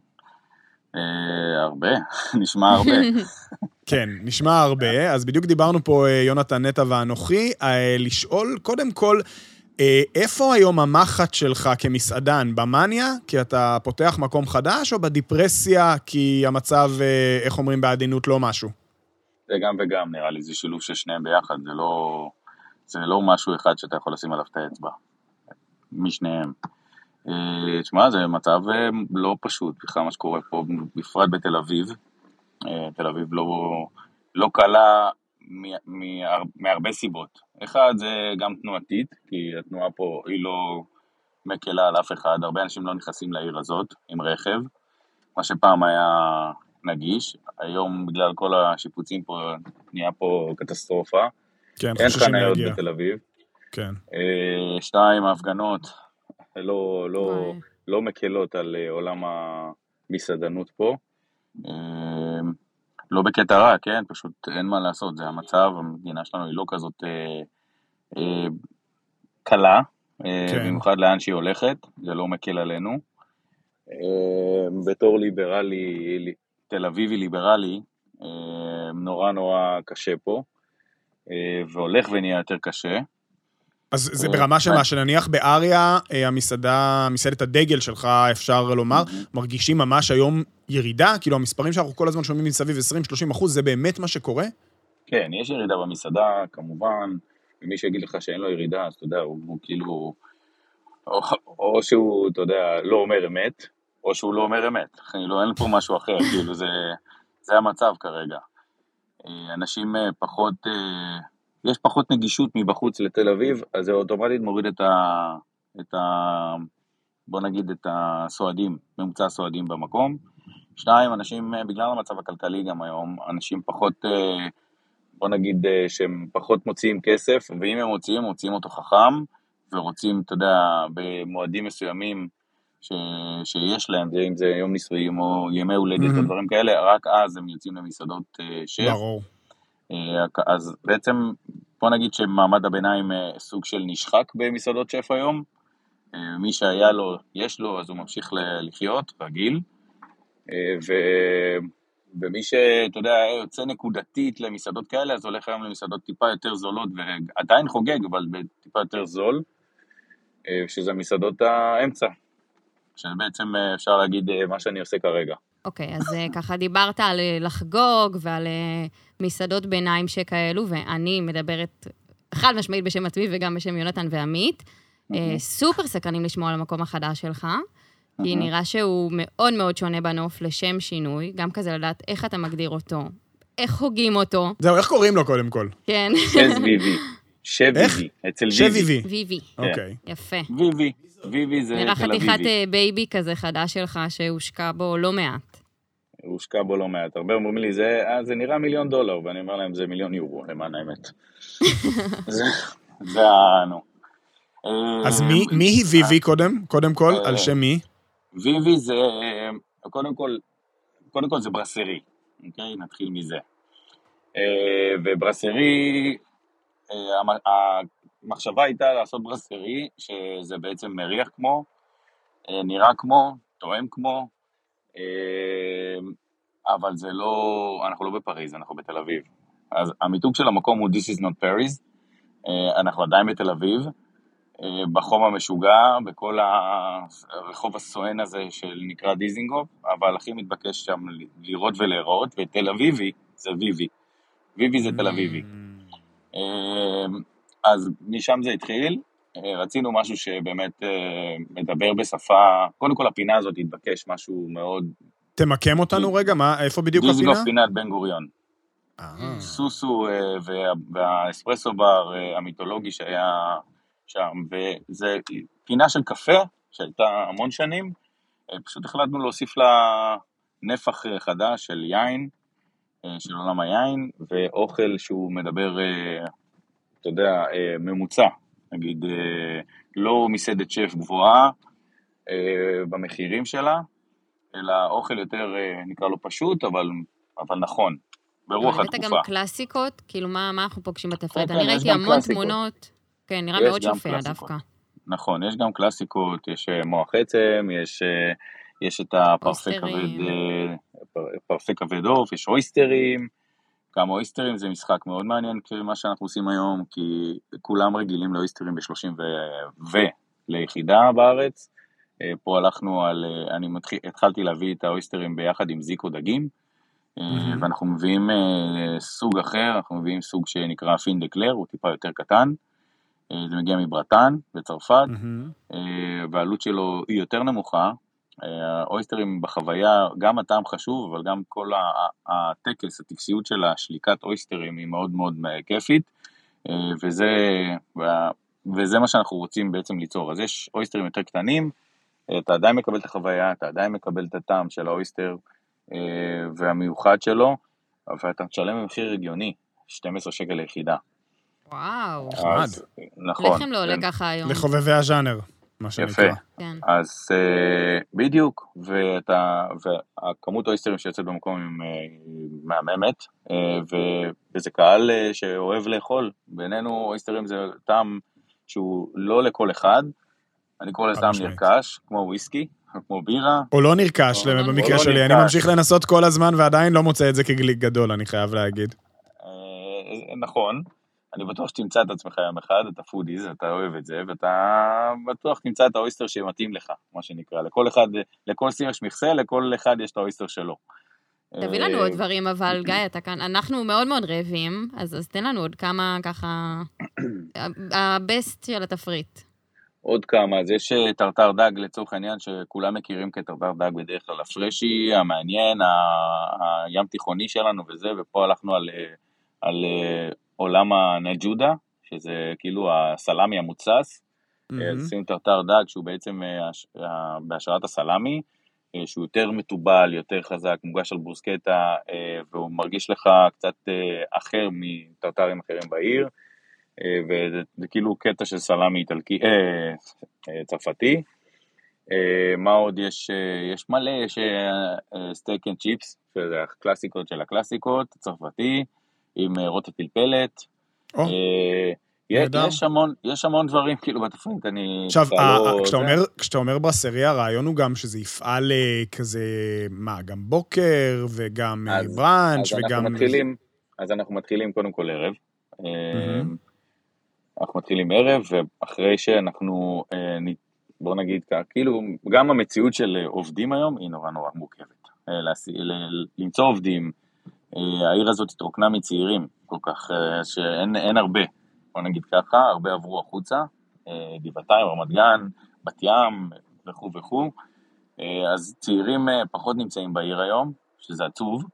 הרבה, נשמע הרבה. כן, נשמע הרבה, אז בדיוק דיברנו פה יונתן נטע ואנוכי, לשאול קודם כל, איפה היום המחט שלך כמסעדן? במניה, כי אתה פותח מקום חדש, או בדיפרסיה, כי המצב, איך אומרים, בעדינות לא משהו? זה גם וגם, נראה לי, זה שילוב של שניהם ביחד, זה לא משהו אחד שאתה יכול לשים עליו את האצבע, משניהם. תשמע, זה מצב לא פשוט, בכלל מה שקורה פה, בפרט בתל אביב. תל אביב לא קלה מהרבה סיבות. אחד זה גם תנועתית, כי התנועה פה היא לא מקלה על אף אחד, הרבה אנשים לא נכנסים לעיר הזאת עם רכב, מה שפעם היה נגיש, היום בגלל כל השיפוצים פה נהיה פה קטסטרופה, כן, אין חניות בתל אביב. כן. שתיים, ההפגנות לא מקלות על עולם המסעדנות פה, לא בקטע רע, כן, פשוט אין מה לעשות, זה המצב, המדינה שלנו היא לא כזאת קלה, במיוחד לאן שהיא הולכת, זה לא מקל עלינו. בתור ליברלי, תל אביבי ליברלי, נורא קשה פה, והולך ונהיה יותר קשה. אז זה ברמה שמה, שנניח באריה, מסעדת הדגל שלך, אפשר לומר, מרגישים ממש היום ירידה? כאילו המספרים שאנחנו כל הזמן שומעים מסביב 20-30%, זה באמת מה שקורה? כן, יש ירידה במסעדה, כמובן, ומי שיגיד לך שאין לו ירידה, אז אתה יודע, הוא כאילו, או שהוא, אתה יודע, לא אומר אמת, או שהוא לא אומר אמת. כאילו, אין פה משהו אחר, כאילו, זה המצב כרגע. אנשים פחות... יש פחות נגישות מבחוץ לתל אביב, אז זה אוטומטית מוריד בוא נגיד את הסועדים, ממוצע הסועדים במקום. שניים, אנשים, בגלל המצב הכלכלי גם היום, אנשים פחות, בוא נגיד שהם פחות מוציאים כסף, ואם הם מוציאים אותו חכם, ורוצים, אתה יודע, במועדים מסוימים שיש להם, אם זה יום נישואים או ימי הולדת או דברים כאלה, רק אז הם יוצאים למסעדות שף. ברור. אז בעצם, בוא נגיד שמעמד הביניים סוג של נשחק במסעדות שף היום, מי שהיה לו, יש לו, אז הוא ממשיך לחיות, רגיל, ומי שאתה יודע, יוצא נקודתית למסעדות כאלה, אז הולך היום למסעדות טיפה יותר זולות, ועדיין חוגג, אבל טיפה יותר זול, שזה מסעדות האמצע, שבעצם אפשר להגיד מה שאני עושה כרגע. אוקיי, אז ככה דיברת על לחגוג ועל מסעדות ביניים שכאלו, ואני מדברת חד משמעית בשם עצמי וגם בשם יונתן ועמית. סופר סקרנים לשמוע על המקום החדש שלך, כי נראה שהוא מאוד מאוד שונה בנוף לשם שינוי, גם כזה לדעת איך אתה מגדיר אותו, איך הוגים אותו. זהו, איך קוראים לו קודם כל? כן. שוויבי. שוויבי. אצל ויבי. ויבי. אוקיי. יפה. ויבי. ויבי זה נראה תל אביבי. חתיכת בייבי כזה חדש שלך, שהושקע בו לא מעט. הושקע בו לא מעט. הרבה אומרים לי, זה נראה $1,000,000, ואני אומר להם, זה €1,000,000, למען האמת. זה נו. אז מי היא ויבי קודם כל? על שם מי? ויבי זה, קודם כל זה ברסרי. אוקיי? נתחיל מזה. וברסרי, המחשבה הייתה לעשות ברסרי, שזה בעצם מריח כמו, נראה כמו, טועם כמו, אבל זה לא, אנחנו לא בפריז, אנחנו בתל אביב. אז המיתוג של המקום הוא This is not Paris, אנחנו עדיין בתל אביב, בחום המשוגע, בכל הרחוב הסואן הזה שנקרא דיזינגוף, אבל הכי מתבקש שם לראות ולהיראות, ותל אביבי זה ויבי. ויבי זה תל אביבי. אז משם זה התחיל, רצינו משהו שבאמת מדבר בשפה, קודם כל הפינה הזאת התבקש משהו מאוד... תמקם אותנו רגע, איפה בדיוק הפינה? דיזינגוף פינת בן גוריון. סוסו והאספרסו בר המיתולוגי שהיה שם, וזה פינה של קפה שהייתה המון שנים, פשוט החלטנו להוסיף לה נפח חדש של יין, של עולם היין, ואוכל שהוא מדבר, אתה יודע, ממוצע, נגיד, לא מסעדת שף גבוהה במחירים שלה, אלא אוכל יותר, נקרא לו פשוט, אבל נכון, ברוח התקופה. ראית גם קלאסיקות? כאילו, מה אנחנו פוגשים בתפריט? אני ראיתי המון תמונות, כן, נראה מאוד יפה דווקא. נכון, יש גם קלאסיקות, יש מוח עצם, יש את הפרפה כבד עוף, יש אויסטרים, כמה אויסטרים, זה משחק מאוד מעניין מה שאנחנו עושים היום, כי כולם רגילים לאויסטרים ב-30 ליחידה בארץ, פה הלכנו על, התחלתי להביא את האויסטרים ביחד עם זיקו דגים, ואנחנו מביאים סוג אחר, אנחנו מביאים סוג שנקרא פין דקלר, הוא טיפה יותר קטן, זה מגיע מברטן בצרפת, והעלות שלו היא יותר נמוכה, האויסטרים בחוויה, גם הטעם חשוב, אבל גם כל הטקס, הטקסיות של השליקת אויסטרים היא מאוד מאוד כיפית, וזה מה שאנחנו רוצים בעצם ליצור. אז יש אויסטרים יותר קטנים, אתה עדיין מקבל את החוויה, אתה עדיין מקבל את הטעם של האויסטר והמיוחד שלו, אבל אתה משלם במחיר רגיוני, 12 שקל ליחידה. וואו. נכון. לחם לא עולה ככה היום. לחובבי הז'אנר, מה שנקרא. יפה. אז בדיוק, והכמות האויסטרים שיוצאת במקום היא מהממת, וזה קהל שאוהב לאכול. בינינו אויסטרים זה טעם שהוא לא לכל אחד, אני קורא לזה טעם נרכש, כמו וויסקי, כמו בירה. או לא נרכש, במקרה שלי. אני ממשיך לנסות כל הזמן ועדיין לא מוצא את זה כגליק גדול, אני חייב להגיד. נכון. אני בטוח שתמצא את עצמך יום אחד, אתה פודיז, אתה אוהב את זה, ואתה בטוח תמצא את האויסטר שמתאים לך, מה שנקרא. לכל אחד, לכל סיר יש מכסה, לכל אחד יש את האויסטר שלו. תביא לנו עוד דברים, אבל גיא, אתה כאן, אנחנו מאוד מאוד רעבים, אז תן לנו עוד כמה ככה, הבסט של התפריט. עוד כמה, אז יש טרטר דג לצורך העניין, שכולם מכירים כטרטר דג בדרך כלל הפרשי, המעניין, הים תיכוני שלנו וזה, ופה הלכנו על עולם הנג'ודה, שזה כאילו הסלמי המוצס, אז עשינו טרטר דג שהוא בעצם בהשראת הסלמי, שהוא יותר מטובל, יותר חזק, מוגש על ברוסקטה, והוא מרגיש לך קצת אחר מטרטרים אחרים בעיר, וזה כאילו קטע של סלמי איטלקי, צרפתי. מה עוד יש? יש מלא, יש סטייק אנד צ'יפס, שזה הקלאסיקות של הקלאסיקות, צרפתי, עם רוטה פלפלת. יש המון דברים כאילו בתפריט, אני... עכשיו, כשאתה אומר ברסרי, הרעיון הוא גם שזה יפעל כזה, מה, גם בוקר וגם ברנץ' וגם... אז אנחנו מתחילים קודם כל ערב. אנחנו מתחילים ערב, ואחרי שאנחנו, בוא נגיד כך, כאילו, גם המציאות של עובדים היום היא נורא נורא מורכבת. למצוא עובדים, העיר הזאת התרוקנה מצעירים, כל כך שאין הרבה, בוא נגיד ככה, הרבה עברו החוצה, גבעתיים, רמת גן, בת ים וכו' וכו', אז צעירים פחות נמצאים בעיר היום, שזה עצוב,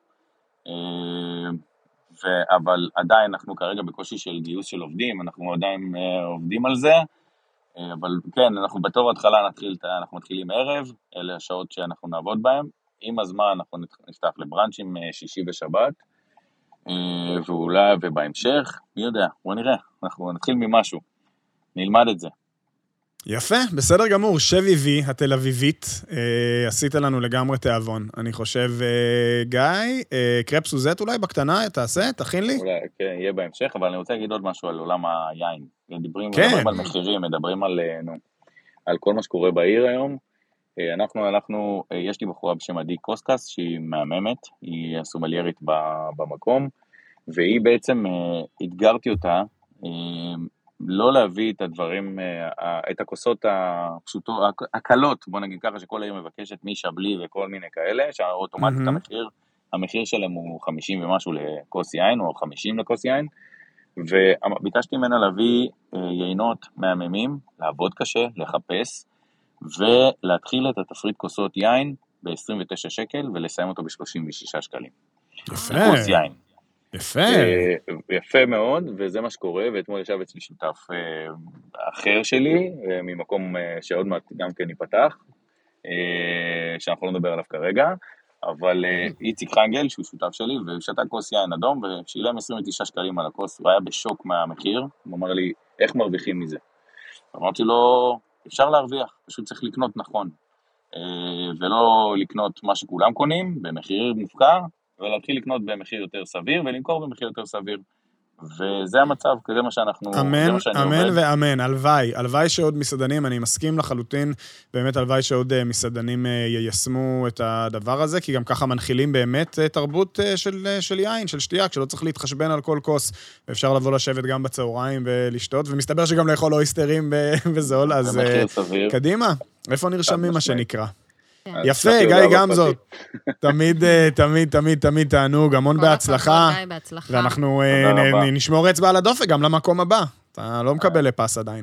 אבל עדיין אנחנו כרגע בקושי של גיוס של עובדים, אנחנו עדיין עובדים על זה, אבל כן, אנחנו בתור התחלה אנחנו מתחילים ערב, אלה השעות שאנחנו נעבוד בהם, עם הזמן אנחנו נפתח לברנצ'ים שישי ושבת, ואולי ובהמשך, מי יודע, בוא נראה, אנחנו נתחיל ממשהו, נלמד את זה. יפה, בסדר גמור. שבי וי, התל אביבית, עשית לנו לגמרי תיאבון. אני חושב, גיא, קרפ סוזט אולי בקטנה, תעשה, תכין לי. אולי, כן, יהיה בהמשך, אבל אני רוצה להגיד עוד משהו על עולם היין. מדברים על מחירים, מדברים על כל מה שקורה בעיר היום. יש לי בחורה בשם עדי קוסקס, שהיא מהממת, היא הסומליירית במקום, והיא בעצם, אתגרתי אותה, לא להביא את הדברים, את הכוסות הפשוטות, הקלות, בוא נגיד ככה, שכל העיר מבקשת משבלי וכל מיני כאלה, שהאוטומטית המחיר שלהם הוא 50 ומשהו לכוס יין, או 50 לכוס יין, וביקשתי ממנה להביא יינות מהממים, לעבוד קשה, לחפש, ולהתחיל את התפריט כוסות יין ב-29 שקל, ולסיים אותו ב-36 שקלים. יפה. כוס יין. יפה. יפה מאוד, וזה מה שקורה, ואתמול ישב אצלי שותף אחר שלי, ממקום שעוד מעט גם כן ייפתח, שאנחנו לא נדבר עליו כרגע, אבל איציק חנגל, שהוא שותף שלי, והוא שתה כוס יין אדום, ושילם 29 שקלים על הכוס, הוא היה בשוק מהמחיר, הוא אמר לי, איך מרוויחים מזה? אמרתי לו, אפשר להרוויח, פשוט צריך לקנות נכון, ולא לקנות מה שכולם קונים, במחיר מופקע, ולהתחיל לקנות במחיר יותר סביר, ולמכור במחיר יותר סביר. וזה המצב, זה מה שאנחנו... אמן ואמן, הלוואי שעוד מסעדנים, אני מסכים לחלוטין, באמת הלוואי שעוד מסעדנים יישמו את הדבר הזה, כי גם ככה מנחילים באמת תרבות של יין, של שתייה, כשלא צריך להתחשבן על כל כוס, ואפשר לבוא לשבת גם בצהריים ולשתות, ומסתבר שגם לאכול אויסטרים בזול, אז קדימה, איפה נרשמים מה שנקרא? יפה, גיא גם זאת. תמיד תענוג, המון בהצלחה. ואנחנו נשמור אצבע על הדופק גם למקום הבא. אתה לא מקבל לפס עדיין.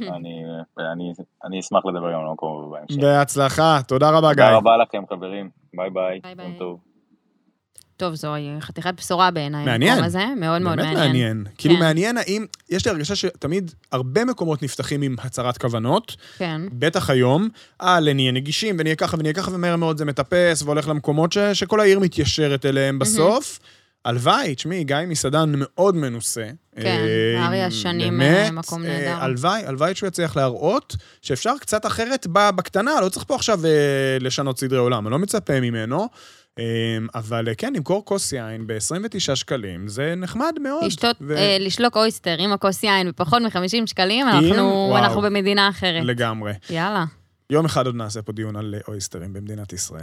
אני אשמח לדבר גם למקום הבא בהמשך. בהצלחה, תודה רבה גיא. תודה רבה לכם חברים, ביי ביי. טוב. טוב, זו חתיכת בשורה בעיניי. מעניין. הזה, מאוד מאוד מעניין. באמת מעניין. כאילו מעניין האם, יש לי הרגשה שתמיד הרבה מקומות נפתחים עם הצהרת כוונות, בטח היום, נהיה נגישים ונהיה ככה ונהיה ככה, ומהר מאוד זה מטפס והולך למקומות שכל העיר מתיישרת אליהם בסוף. הלוואי, תשמעי, גיא מסעדן מאוד מנוסה. כן, הרי השנים מקום נהדר. הלוואי שהוא יצליח להראות שאפשר קצת אחרת בקטנה, לא צריך פה עכשיו לשנות סדרי עולם, אני לא מצפה ממנו. אבל כן, למכור כוס יין ב-29 שקלים, זה נחמד מאוד. לשלוק אויסטר עם הכוס יין בפחות מ-50 שקלים, אנחנו במדינה אחרת. לגמרי. יאללה. יום אחד עוד נעשה פה דיון על אויסטרים במדינת ישראל.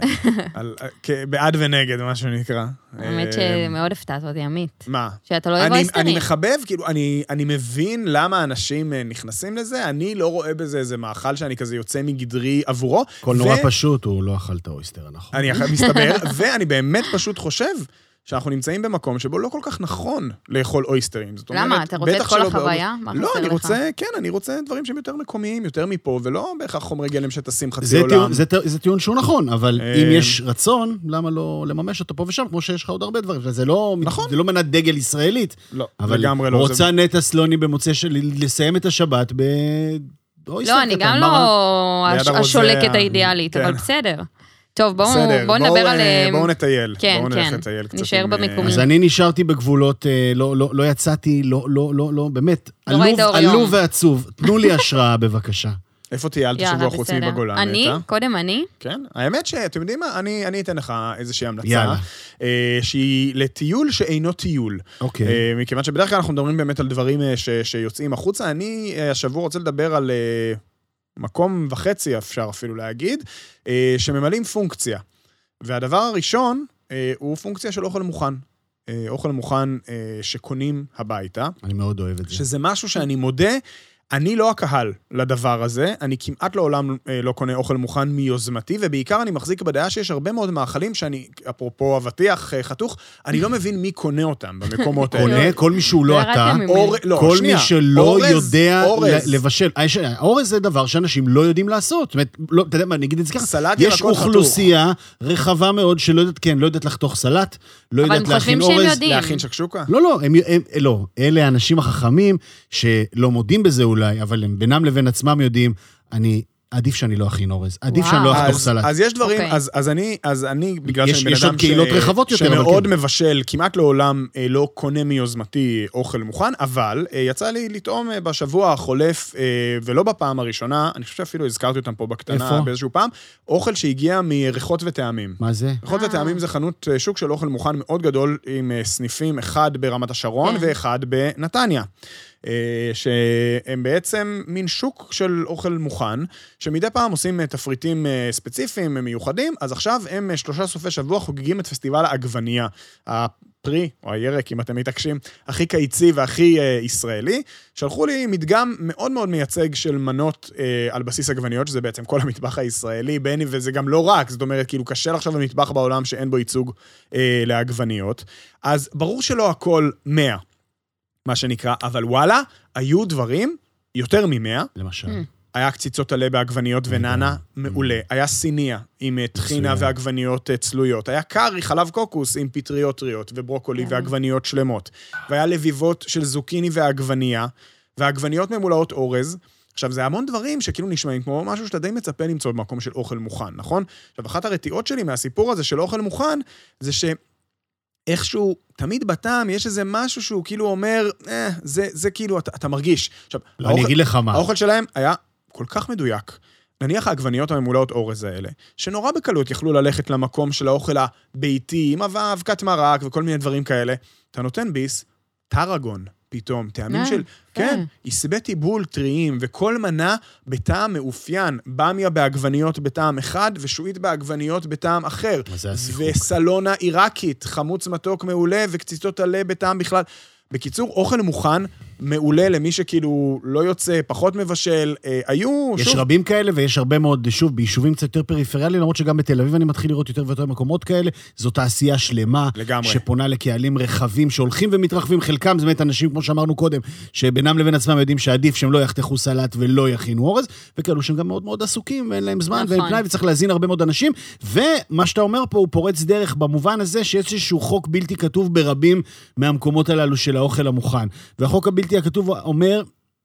בעד ונגד, מה שנקרא. האמת שמאוד הפתעת אותי, עמית. מה? שאתה לא אוהב אויסטרים. אני מחבב, כאילו, אני מבין למה אנשים נכנסים לזה, אני לא רואה בזה איזה מאכל שאני כזה יוצא מגדרי עבורו. כל נורא פשוט, הוא לא אכל את האויסטר, נכון? אני מסתבר, ואני באמת פשוט חושב שאנחנו נמצאים במקום שבו לא כל כך נכון לאכול אויסטרים. למה? אתה רוצה את כל החוויה? לא, אני רוצה דברים שהם יותר מקומיים, יותר מפה, ולא בהכרח חומרי גלם שתשים חצי עולם. זה טיעון שהוא נכון, אבל אם יש רצון, למה לא לממש אותו פה ושם, כמו שיש לך עוד הרבה דברים, זה לא מנת דגל ישראלית. לא, לגמרי לא. אבל רוצה נטע סלוני במוצא של לסיים את השבת באויסטר. לא, אני גם לא השולקת האידיאלית, אבל בסדר. טוב, בואו נדבר על... בואו נטייל. כן, נשאר במקומים. אז אני נשארתי בגבולות, לא יצאתי, לא, באמת, עלוב ועצוב. תנו לי השראה, בבקשה. איפה טיילת שבוע חוץ מבגולן? קודם אני. כן, האמת שאתם יודעים מה, אני אתן לך איזושהי המלצה, שהיא לטיול שאינו טיול. אוקיי. מכיוון שבדרך כלל אנחנו מדברים באמת על דברים שיוצאים החוצה, אני השבוע רוצה לדבר על... מקום וחצי אפשר אפילו להגיד, שממלאים פונקציה. והדבר הראשון הוא פונקציה של אוכל מוכן. אוכל מוכן שקונים הביתה. אני מאוד אוהב את זה. שזה משהו שאני מודה, אני לא הקהל לדבר הזה, אני כמעט לעולם לא קונה אוכל מוכן מיוזמתי, ובעיקר אני מחזיק בדעה שיש הרבה מאוד מאכלים שאני, אפרופו אבטיח חתוך, אני לא מבין מי קונה אותם במקומות האלה. קונה, כל מי שהוא לא אתה, כל מי שלא יודע לבשל. אורז זה דבר שאנשים לא יודעים לעשות. זאת אומרת, אתה יודע מה, נגיד את זה ככה, יש אוכלוסייה רחבה מאוד שלא יודעת, כן, לא יודעת לחתוך סלט, לא יודעת להכין אורז. להכין שקשוקה? לא, אלה האנשים החכמים שלא מודים בזה אולי, אבל הם בינם לבין עצמם יודעים, עדיף שאני לא אכין אורז. עדיף שאני לא אחתוך סלט. אז יש דברים, אז אני, בגלל שאני בן יש עוד קהילות רחבות יותר. שמאוד מבשל, כמעט לעולם לא קונה מיוזמתי אוכל מוכן, אבל יצא לי לטעום בשבוע החולף, ולא בפעם הראשונה, אני חושב שאפילו הזכרתי אותם פה בקטנה באיזשהו פעם, אוכל שהגיע מריחות וטעמים. מה זה? ריחות וטעמים זה חנות שוק של אוכל מוכן מאוד גדול, עם סניפים, אחד ברמת השרון ואחד בנתניה. שהם בעצם מין שוק של אוכל מוכן, שמדי פעם עושים תפריטים ספציפיים, מיוחדים, אז עכשיו הם 3 סופי שבוע חוגגים את פסטיבל העגבנייה, הפרי, או הירק, אם אתם מתעקשים, הכי קיצי והכי ישראלי, שלחו לי מדגם מאוד מאוד מייצג של מנות על בסיס עגבניות, שזה בעצם כל המטבח הישראלי, בני, וזה גם לא רק, זאת אומרת, כאילו קשה לחשוב במטבח בעולם שאין בו ייצוג לעגבניות, אז ברור שלא הכל 100, מה שנקרא, אבל וואלה, היו דברים יותר מ100. למשל. היה קציצות עלה בעגבניות וננה, מעולה. היה סיניה עם טחינה ועגבניות צלויות. היה קרי, חלב קוקוס עם פטריות טריות וברוקולי ועגבניות שלמות. והיה לביבות של זוקיני ועגבניה, ועגבניות ממולאות אורז. עכשיו, זה המון דברים שכאילו נשמעים כמו משהו שאתה די מצפה למצוא במקום של אוכל מוכן, נכון? עכשיו, אחת הרתיעות שלי מהסיפור הזה של אוכל מוכן, זה איכשהו, תמיד בטעם, יש איזה משהו שהוא כאילו אומר, זה כאילו, אתה מרגיש. עכשיו, אני אגיד לך מה. האוכל שלהם היה כל כך מדויק. נניח העגבניות הממולאות אורז האלה, שנורא בקלות יכלו ללכת למקום של האוכל הביתי, עם אבקת מרק וכל מיני דברים כאלה. אתה נותן ביס, טרגון, פתאום, טעמים של, כן, עשבי טיבול טריים, וכל מנה בטעם מאופיין, במיה בעגבניות בטעם אחד, ושועית בעגבניות בטעם אחר. וסלונה עיראקית, חמוץ מתוק מעולה, וקציצות עלה בטעם בכלל. בקיצור, אוכל מוכן, מעולה למי שכאילו לא יוצא, פחות מבשל, היו... יש רבים כאלה ויש הרבה מאוד, שוב, ביישובים קצת יותר פריפריאליים, למרות שגם בתל אביב אני מתחיל לראות יותר ויותר מקומות כאלה, זו תעשייה שלמה, לגמרי. שפונה לקהלים רחבים, שהולכים ומתרחבים, חלקם, זה באמת אנשים, כמו שאמרנו קודם, שבינם לבין עצמם יודעים שעדיף שהם לא יחתכו סלט ולא יכינו אורז, וכאלו שהם גם מאוד מאוד עסוקים, ואין להם זמן, ואין פנאי, וצריך להזין הרבה מאוד אנשים, ומה שאתה אומר פה הוא פורץ דרך במובן הזה שיש איזשהו חוק בלתי כתוב ברבים מהמקומות הללו של האוכל המוכן. והחוק הבלתי הכתוב אומר,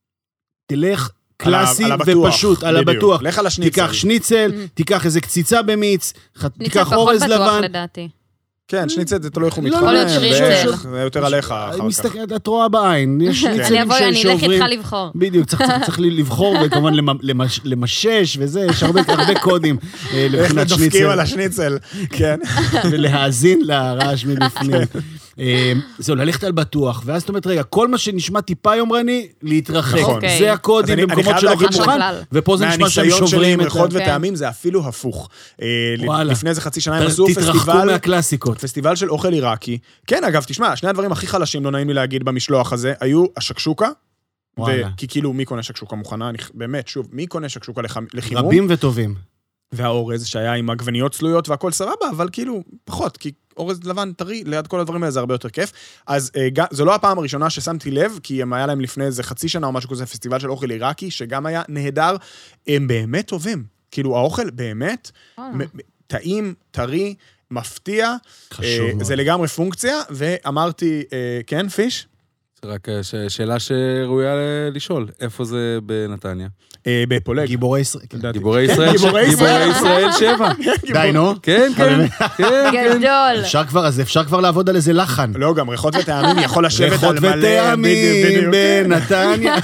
תלך קלאסי ופשוט, על הבטוח. לך על השניצל. תיקח שניצל, תיקח איזה קציצה במיץ, תיקח אורז לבן. שניצל פחות בטוח לדעתי. כן, שניצל זה תלוי איך הוא מתחמם. יכול להיות שניצל. זה יותר עליך אחר כך. את רואה בעין. יש שניצלים אני אלך איתך לבחור. בדיוק, צריך לבחור וכמובן למשש וזה, יש הרבה קודים לבחינת שניצל. דופקים על השניצל, כן. ולהאזין לרעש מבפנים. זהו, ללכת על בטוח, ואז זאת אומרת, רגע, כל מה שנשמע טיפה יומרני, להתרחק. זה הקודים במקומות של אוכל מוכן, ופה זה נשמע שהם שוברים את ריחות וטעמים, זה אפילו הפוך. לפני איזה חצי שנה הם עשו תתרחקו מהקלאסיקות. פסטיבל של אוכל עיראקי. כן, אגב, תשמע, שני הדברים הכי חלשים, לא נעים לי להגיד במשלוח הזה, היו השקשוקה, כי כאילו, מי קונה שקשוקה מוכנה? באמת, שוב, מי קונה שקשוקה לחימום? רבים וטובים. והאורז שהיה עם עגבניות צלויות והכל סבבה, אבל כאילו, פחות, כי אורז לבן טרי, ליד כל הדברים האלה זה הרבה יותר כיף. אז זו לא הפעם הראשונה ששמתי לב, כי הם היה להם לפני איזה חצי שנה או משהו כזה, פסטיבל של אוכל עיראקי, שגם היה נהדר, הם באמת טובים. כאילו, האוכל באמת, טעים, טרי, מפתיע, זה לגמרי פונקציה, ואמרתי, כן, פיש? זה רק שאלה שראויה לשאול, איפה זה בנתניה? בפולג. גיבורי ישראל. גיבורי ישראל 7. די, נו. כן. גדול. אפשר כבר לעבוד על איזה לחן. לא, גם ריחות וטעמים יכול לשבת על מלא. ריחות וטעמים בנתניה.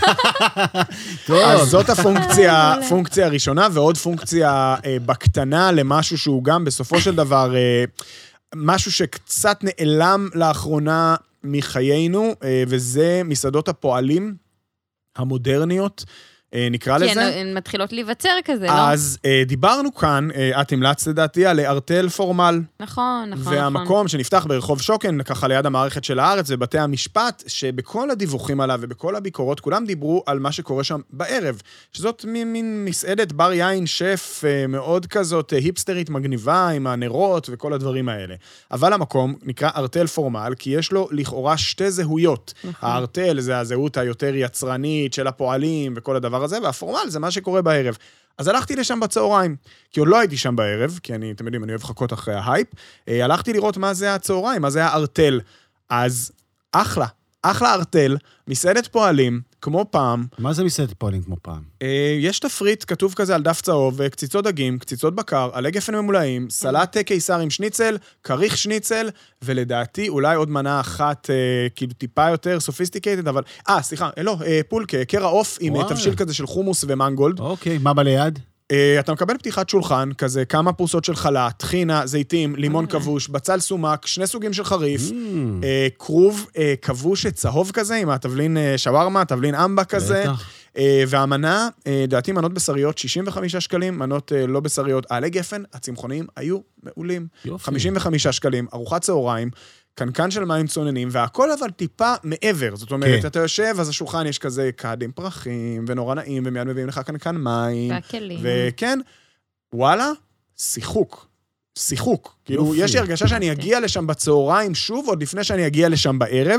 אז זאת הפונקציה הראשונה, ועוד פונקציה בקטנה למשהו שהוא גם בסופו של דבר, משהו שקצת נעלם לאחרונה מחיינו, וזה מסעדות הפועלים המודרניות, נקרא לזה. כן, הן מתחילות להיווצר כזה, לא? אז דיברנו כאן, את המלצת לדעתי, על ארטל פורמל. נכון. והמקום שנפתח ברחוב שוקן, ככה ליד המערכת של הארץ, ובתי המשפט, שבכל הדיווחים עליו ובכל הביקורות, כולם דיברו על מה שקורה שם בערב, שזאת מין מסעדת בר יין שף מאוד כזאת, היפסטרית מגניבה, עם הנרות וכל הדברים האלה. אבל המקום נקרא ארטל פורמל, כי יש לו לכאורה שתי זהויות. הארטל זה הזהות היותר יצרנית של הפועלים וכל הדבר הזה, והפורמל זה מה שקורה בערב. אז הלכתי לשם בצהריים, כי עוד לא הייתי שם בערב, כי אתם יודעים, אני אוהב לחכות אחרי ההייפ, הלכתי לראות מה זה הצהריים, מה זה הארטל. אז אחלה, אחלה ארטל, מסעדת פועלים, כמו פעם. מה זה מסעדת פועלים כמו פעם? יש תפריט, כתוב כזה על דף צהוב, קציצות דגים, קציצות בקר, עלי גפן ממולאים, סלט קיסר עם שניצל, כריך שניצל, ולדעתי אולי עוד מנה אחת, כאילו טיפה יותר סופיסטיקטד, אבל... סליחה, לא, פולקה, קרע עוף עם תבשיל כזה של חומוס ומנגולד. אוקיי, מה בא ליד? אתה מקבל פתיחת שולחן, כזה כמה פרוסות של חלה, טחינה, זיתים, לימון כבוש, בצל סומק, 2 סוגים של חריף, כרוב כבוש צהוב כזה, עם התבלין שווארמה, תבלין אמבה כזה, והמנה, דעתי מנות בשריות, 65 שקלים, מנות לא בשריות, עלי גפן, הצמחוניים היו מעולים. 55 שקלים, ארוחת צהריים, קנקן של מים צוננים, והכל אבל טיפה מעבר. זאת אומרת, אתה יושב, אז השולחן יש כזה קעדים פרחים, ונורא נעים, ומיד מביאים לך קנקן מים. והכלים. וכן, וואלה, שיחוק. כאילו, יש לי הרגשה שאני אגיע לשם בצהריים שוב, עוד לפני שאני אגיע לשם בערב.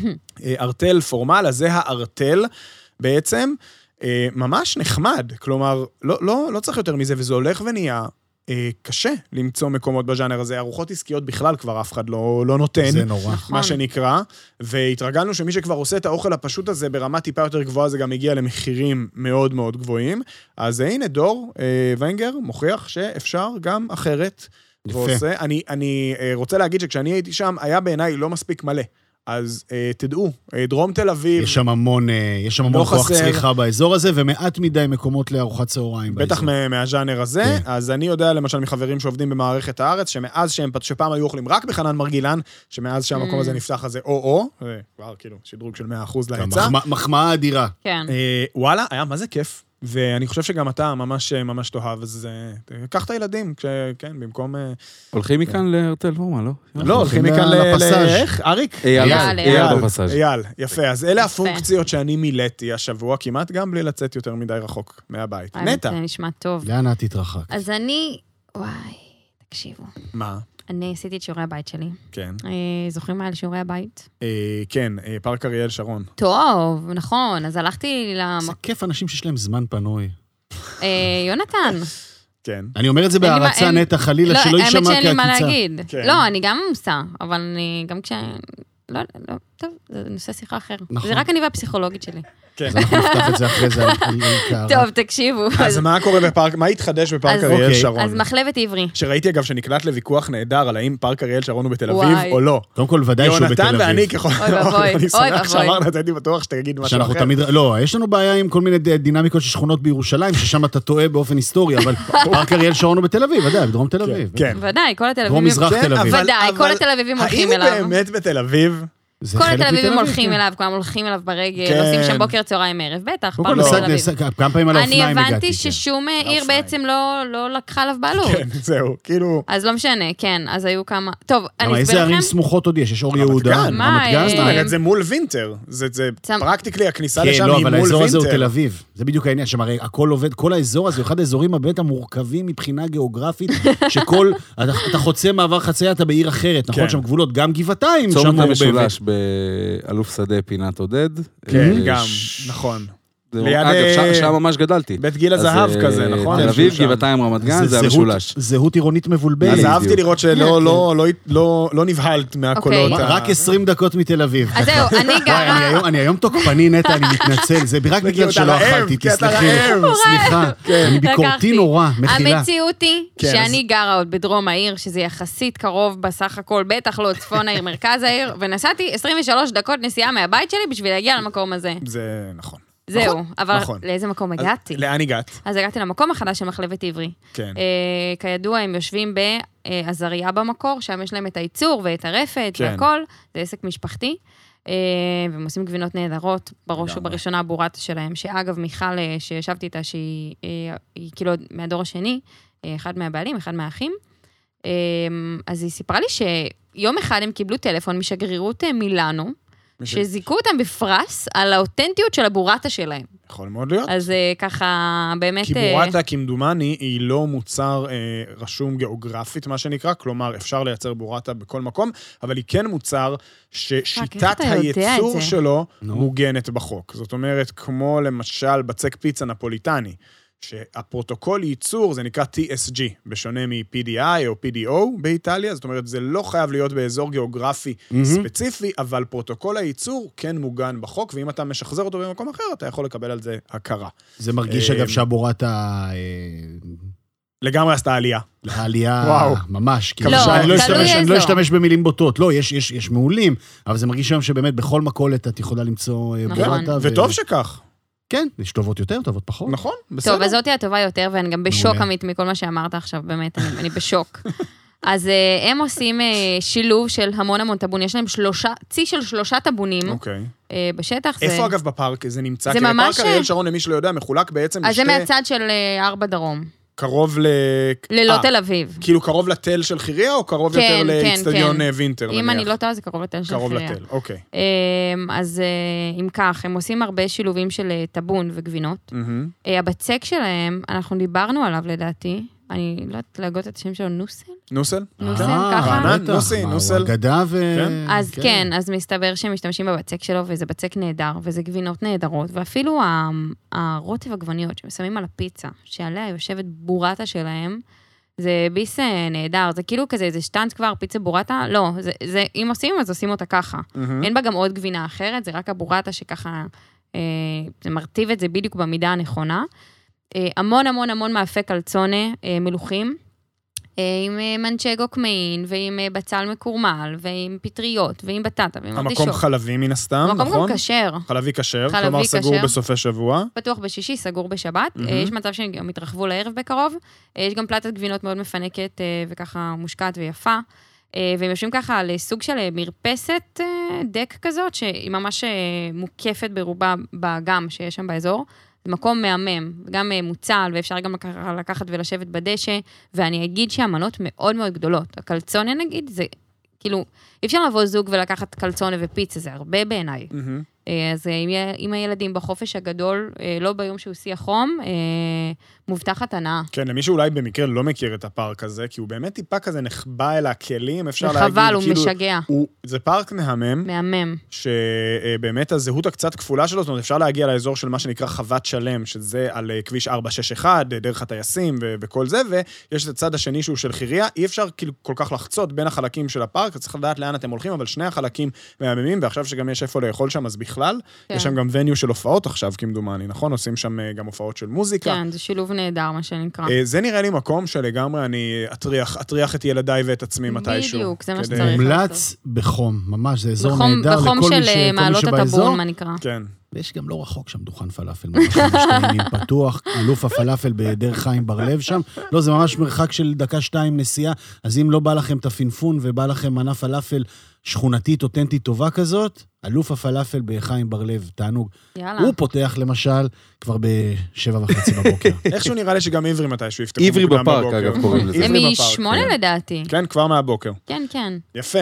ארטל פורמל, אז זה הארטל בעצם, ממש נחמד. כלומר, לא צריך יותר מזה, וזה הולך ונהיה קשה למצוא מקומות בז'אנר הזה. ארוחות עסקיות בכלל כבר אף אחד לא נותן. זה נורא. מה שנקרא. והתרגלנו שמי שכבר עושה את האוכל הפשוט הזה ברמה טיפה יותר גבוהה, זה גם הגיע למחירים מאוד מאוד גבוהים. אז הנה דור ויינגר מוכיח שאפשר גם אחרת. ועושה. אני רוצה להגיד שכשאני הייתי שם, היה בעיניי לא מספיק מלא. אז תדעו, דרום תל אביב... יש שם המון כוח צריכה באזור הזה, ומעט מדי מקומות לארוחת צהריים באזור. בטח מהז'אנר הזה, אז אני יודע למשל מחברים שעובדים במערכת הארץ, שמאז שפעם היו אוכלים רק בחנן מרגילן, שמאז שהמקום הזה נפתח הזה או, כבר כאילו שדרוג של 100% להיצע. מחמאה אדירה. כן. וואלה, היה מה זה כיף. ואני חושב שגם אתה ממש תאהב, אז קח את הילדים, כן, במקום... הולכים מכאן לארטל פורמה, לא? לא, הולכים מכאן איך? אריק? אייל. יפה, אז אלה הפונקציות שאני מילאתי השבוע, כמעט גם בלי לצאת יותר מדי רחוק מהבית. נטע. זה נשמע טוב. לאן את תתרחק? אז אני... וואי, תקשיבו. מה? אני עשיתי את שיעורי הבית שלי. כן. זוכרים מה על שיעורי הבית? כן, פארק אריאל שרון. טוב, נכון, אז הלכתי זה כיף אנשים שיש להם זמן פנוי. יונתן. כן. אני אומר את זה בהרצה נטע חלילה, שלא יישמע כעקיצה. האמת שאין לי מה להגיד. לא, אני גם עושה, אבל אני גם לא, טוב, זה נושא שיחה אחר. זה רק אני והפסיכולוגית שלי. אז אנחנו נפתח את זה אחרי זה. טוב, תקשיבו. אז מה קורה בפארק, מה התחדש בפארק אריאל שרון? אז מחלבת עברי. שראיתי אגב שנקלט לוויכוח נהדר על האם פארק אריאל שרון הוא בתל אביב או לא. קודם כל ודאי שהוא בתל אביב. יונתן ואני ככל... אני שמח שאמרת, הייתי בטוח שתגיד משהו אחר. לא, יש לנו בעיה עם כל מיני דינמיקות של שכונות בירושלים, ששם אתה טועה באופן היסטורי, אבל פארק אריאל שרון הוא בתל אביב, ודאי, בדרום תל אביב. ודאי, כל התל אביבים... דרום מזרח תל אביב. ודאי, כל התל אביבים הולכים אליו. האם הוא באמת בתל אביב? כל התל אביבים הולכים אליו, כולם הולכים אליו ברגל, עושים שם בוקר, צהריים, ערב, בטח, פעם בתל אביב. כמה פעמים על האופניים הגעתי. אני הבנתי ששום עיר בעצם לא לקחה עליו בעלות. כן, זהו, כאילו... אז לא משנה, כן, אז היו כמה... טוב, אני אסביר לכם... איזה ערים סמוכות עוד יש? יש אור יהודה, רמת גן. זה מול וינטר, זה פרקטיקלי הכניסה לשם היא מול וינטר. כן, לא, אבל האזור הזה הוא תל אביב. זה בדיוק העניין, שהרי הכל עובד, כל האזור הזה הוא אחד האזורים הבאמת המורכבים מבחינה גיאוגרפית, שכל... אתה חוצה מעבר חצייה, אתה בעיר אחרת, נכון? שם גבולות, גם גבעתיים שם מעורבבת. אלוף שדה פינת עודד. כן, גם, נכון. אגב, שם ממש גדלתי. בית גיל הזהב כזה, נכון? תל אביב, גבעתיים, רמת גן, זה המשולש. זהות עירונית מבולבלת. אז אהבתי לראות שלא נבהלת מהקולות. רק 20 דקות מתל אביב. אז זהו, אני גרה... אני היום תוקפני נטע, אני מתנצל. זה רק בגלל שלא אכלתי, תסלחי. סליחה, אני ביקורתי נורא, מחילה. המציאות היא שאני גרה עוד בדרום העיר, שזה יחסית קרוב בסך הכל, בטח לא צפון העיר, מרכז העיר, ונסעתי 23 דקות נסיעה מהבית שלי בשביל להגיע למקום הזה. זה נכון. זהו, אבל לאיזה מקום הגעתי? לאן הגעת? אז הגעתי למקום החדש של מחלבת עברי. כן. כידוע, הם יושבים בעזריה במקור, שם יש להם את הייצור ואת הרפת והכל, זה עסק משפחתי, והם עושים גבינות נהדרות, בראש ובראשונה הבורטה שלהם, שאגב, מיכל, שישבתי איתה, שהיא כאילו מהדור השני, אחד מהבעלים, אחד מהאחים, אז היא סיפרה לי שיום אחד הם קיבלו טלפון משגרירות מילאנו, שזיקו אותם בפרס על האותנטיות של הבורטה שלהם. יכול מאוד להיות. אז ככה, באמת... כי בורטה, כמדומני, היא לא מוצר רשום גיאוגרפית, מה שנקרא, כלומר, אפשר לייצר בורטה בכל מקום, אבל היא כן מוצר ששיטת הייצור שלו מוגנת בחוק. זאת אומרת, כמו למשל בצק פיצה נפוליטני, שהפרוטוקול ייצור, זה נקרא TSG, בשונה מ-PDI או PDO באיטליה, זאת אומרת, זה לא חייב להיות באזור גיאוגרפי ספציפי, אבל פרוטוקול הייצור כן מוגן בחוק, ואם אתה משחזר אותו במקום אחר, אתה יכול לקבל על זה הכרה. זה מרגיש, אגב, שהבורטה... לגמרי עשתה עלייה. העלייה, ממש. לא, אני לא אשתמש במילים בוטות. לא, יש מעולים, אבל זה מרגיש שם שבאמת בכל מכולת את יכולה למצוא בורטה. וטוב שכך. כן, יש טובות יותר, טובות פחות. נכון, בסדר. טוב, אז זאתי הטובה יותר, ואני גם בשוק עמית מכל מה שאמרת עכשיו, באמת, אני בשוק. אז הם עושים שילוב של המון טאבון, יש להם צי של 3 טאבונים בשטח. איפה אגב בפארק זה נמצא? כי בפארק אריאל שרון, למי שלא יודע, מחולק בעצם אז זה מהצד של 4 דרום. קרוב ללא תל אביב. כאילו קרוב לתל של חיריה, או קרוב יותר לאצטדיון וינטר? אם אני לא טועה, זה קרוב לתל של חיריה. קרוב לתל, אוקיי. אז אם כך, הם עושים הרבה שילובים של טאבון וגבינות. הבצק שלהם, אנחנו דיברנו עליו לדעתי, אני לא יודעת להגות את השם שלו, נוסל? נוסל? נוסל, ככה? נוסל. אגדה אז כן, אז מסתבר שהם משתמשים בבצק שלו, וזה בצק נהדר, וזה גבינות נהדרות, ואפילו הרוטב הגווניות ששמים על הפיצה, שעליה יושבת בורטה שלהם, זה ביס נהדר, זה כאילו כזה, זה שטנץ כבר, פיצה בורטה, לא, אם עושים, אז עושים אותה ככה. אין בה גם עוד גבינה אחרת, זה רק הבורטה שככה, זה מרטיב את זה בדיוק במידה הנכונה. המון מאפה קלצונה מלוכים, עם מנצ'גו קמאין, ועם בצל מקורמל, ועם פטריות, ועם בטטה, ועם ארטישוק. המקום חלבי מן הסתם, נכון? המקום גם כשר. חלבי כשר, כלומר סגור בסופי שבוע. פתוח בשישי, סגור בשבת. יש מצב שהם גם יתרחבו לערב בקרוב. יש גם פלטת גבינות מאוד מפנקת, וככה מושקעת ויפה. והם יושבים ככה על סוג של מרפסת דק כזאת, שהיא ממש מוקפת ברובה באגם שיש שם באזור. זה מקום מהמם, גם מוצל, ואפשר גם לקחת ולשבת בדשא, ואני אגיד שהמנות מאוד מאוד גדולות. הקלצונה נגיד, זה כאילו, אי אפשר לבוא זוג ולקחת קלצונה ופיצה, זה הרבה בעיניי. אז עם הילדים בחופש הגדול, לא ביום שהוא שיא החום, מובטחת הנאה. כן, למי שאולי במקרה לא מכיר את הפארק הזה, כי הוא באמת טיפה כזה נחבא אל הכלים, אפשר להגיד, וחבל, הוא משגע. זה פארק מהמם, שבאמת הזהות הקצת כפולה שלו, זאת אומרת, אפשר להגיע לאזור של מה שנקרא חוות שלם, שזה על כביש 461, דרך הטייסים וכל זה, ויש את הצד השני שהוא של חיריה, אי אפשר כאילו כל כך לחצות בין החלקים של הפארק, צריך לדעת לאן אתם הולכים, אבל שני החלקים מהממים, ועכשיו שגם יש איפה לאכול שם, אז בכלל, יש שם גם וניו של הופעות עכשיו, כמדומני, נכון? עושים שם גם הופעות של מוזיקה. כן, זה שילוב נהדר, מה שנקרא. זה נראה לי מקום שלגמרי אני אטריח את ילדיי ואת עצמי מתישהו. בדיוק, זה מה שצריך לעשות. מומלץ בחום, ממש, זה אזור נהדר לכל מי שבאזור. מה נקרא. כן. ויש גם לא רחוק שם דוכן פלאפל, ממש פתוח, אלוף הפלאפל בדרך חיים בר-לב שם. לא, זה ממש מרחק של 1-2 נסיעה, אז אם לא בא לכם את הפינפון ובא לכם מנה פלאפל שכונתית, אותנטית, טובה כזאת, אלוף הפלאפל בחיים בר-לב, תענוג. הוא פותח למשל כבר ב7:30 בבוקר. איכשהו נראה לי שגם עברי מתישהו יפתחו. עברי בפארק, אגב, קוראים לזה. הם מ8 לדעתי. כן, כבר מהבוקר. כן, כן. יפה.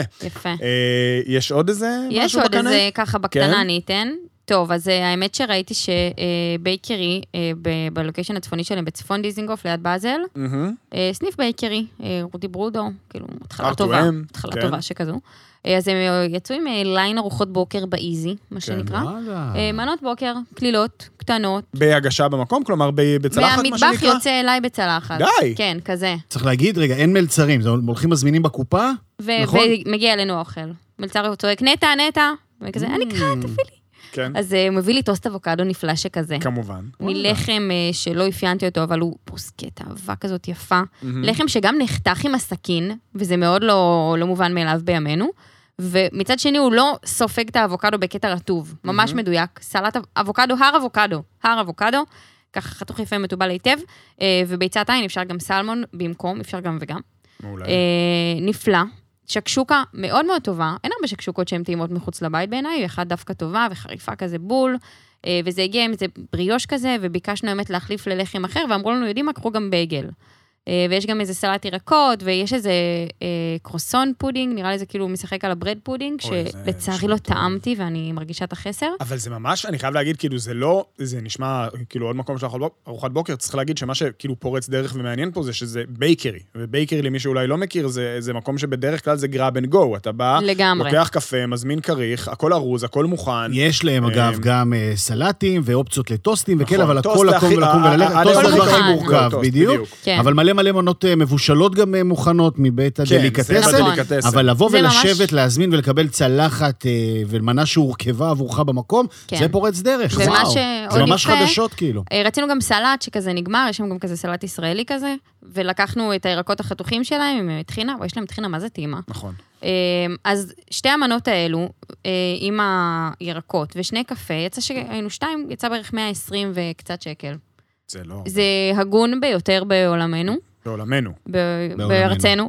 יש עוד איזה משהו בקנה? יש עוד איזה ככה בקטנה, אני אתן. טוב, אז האמת שראיתי שבייקרי, בלוקיישן הצפוני שלהם, בצפון דיזינגוף, ליד באזל, סניף בייקרי, רודי ברודו, כאילו, התחלה טובה שכזו. אז הם יצאו עם ליין ארוחות בוקר באיזי, מה שנקרא. מנות בוקר, כלילות, קטנות. בהגשה במקום? כלומר, בצלחת, מה שנקרא? מהמטבח יוצא אליי בצלחת. די! כן, כזה. צריך להגיד, רגע, אין מלצרים, זה הולכים מזמינים בקופה, נכון? ומגיע אלינו אוכל. מלצר צועק, נטע, וכזה, אני כאן, תפילי. כן. אז הוא מביא לי טוסט אבוקדו נפלא שכזה. כמובן. מלחם שלא אפיינתי אותו, אבל הוא פוסקט, אהבה כזאת יפה. לחם שגם נחתך עם הסכין, וזה מאוד לא מובן מאליו בימינו, ומצד שני הוא לא סופג את האבוקדו בקטע רטוב, ממש מדויק. סלט אבוקדו, הר אבוקדו, ככה חתוך יפה מטובל היטב, וביצת עין אפשר גם סלמון במקום, אפשר גם וגם. מעולה. נפלא. שקשוקה מאוד מאוד טובה, אין הרבה שקשוקות שהן טעימות מחוץ לבית בעיניי, היא אחת דווקא טובה וחריפה כזה בול, וזה הגיע עם איזה בריאוש כזה, וביקשנו באמת להחליף ללחם אחר, ואמרו לנו, יודעים מה, קחו גם בייגל. ויש גם איזה סלט ירקות, ויש איזה קרוסון פודינג, נראה לי זה כאילו משחק על הברד פודינג, שלצערי לא טעמתי, ואני מרגישה את החסר. אבל זה ממש, אני חייב להגיד, כאילו זה לא, זה נשמע כאילו עוד מקום של ארוחת בוקר, צריך להגיד שמה שכאילו פורץ דרך ומעניין פה זה שזה בייקרי, ובייקרי למי שאולי לא מכיר, זה מקום שבדרך כלל זה grab and go, אתה בא, לוקח קפה, מזמין כריך, הכל ארוז, הכל מוכן. יש להם אגב גם סלטים ואופציות לטוסטים וכאלה, אבל הכל לקום וללכת, טוסט זה הכי מורכב, בדיוק, אבל מלא מנות מבושלות גם מוכנות מבית הדליקטסה, אבל לבוא ולשבת, להזמין ולקבל צלחת ומנה שהורכבה עבורך במקום, זה פורץ דרך. זה ממש חדשות כאילו. רצינו גם סלט שכזה נגמר, יש שם גם כזה סלט ישראלי כזה, ולקחנו את הירקות החתוכים שלהם עם טחינה, ויש להם טחינה, מה זה טעימה? נכון. אז שתי המנות האלו, עם הירקות ושני קפה, יצא שהיינו 2, יצא בערך 120 וקצת שקל. זה לא... זה הגון ביותר בעולמנו. בעולמנו. בארצנו.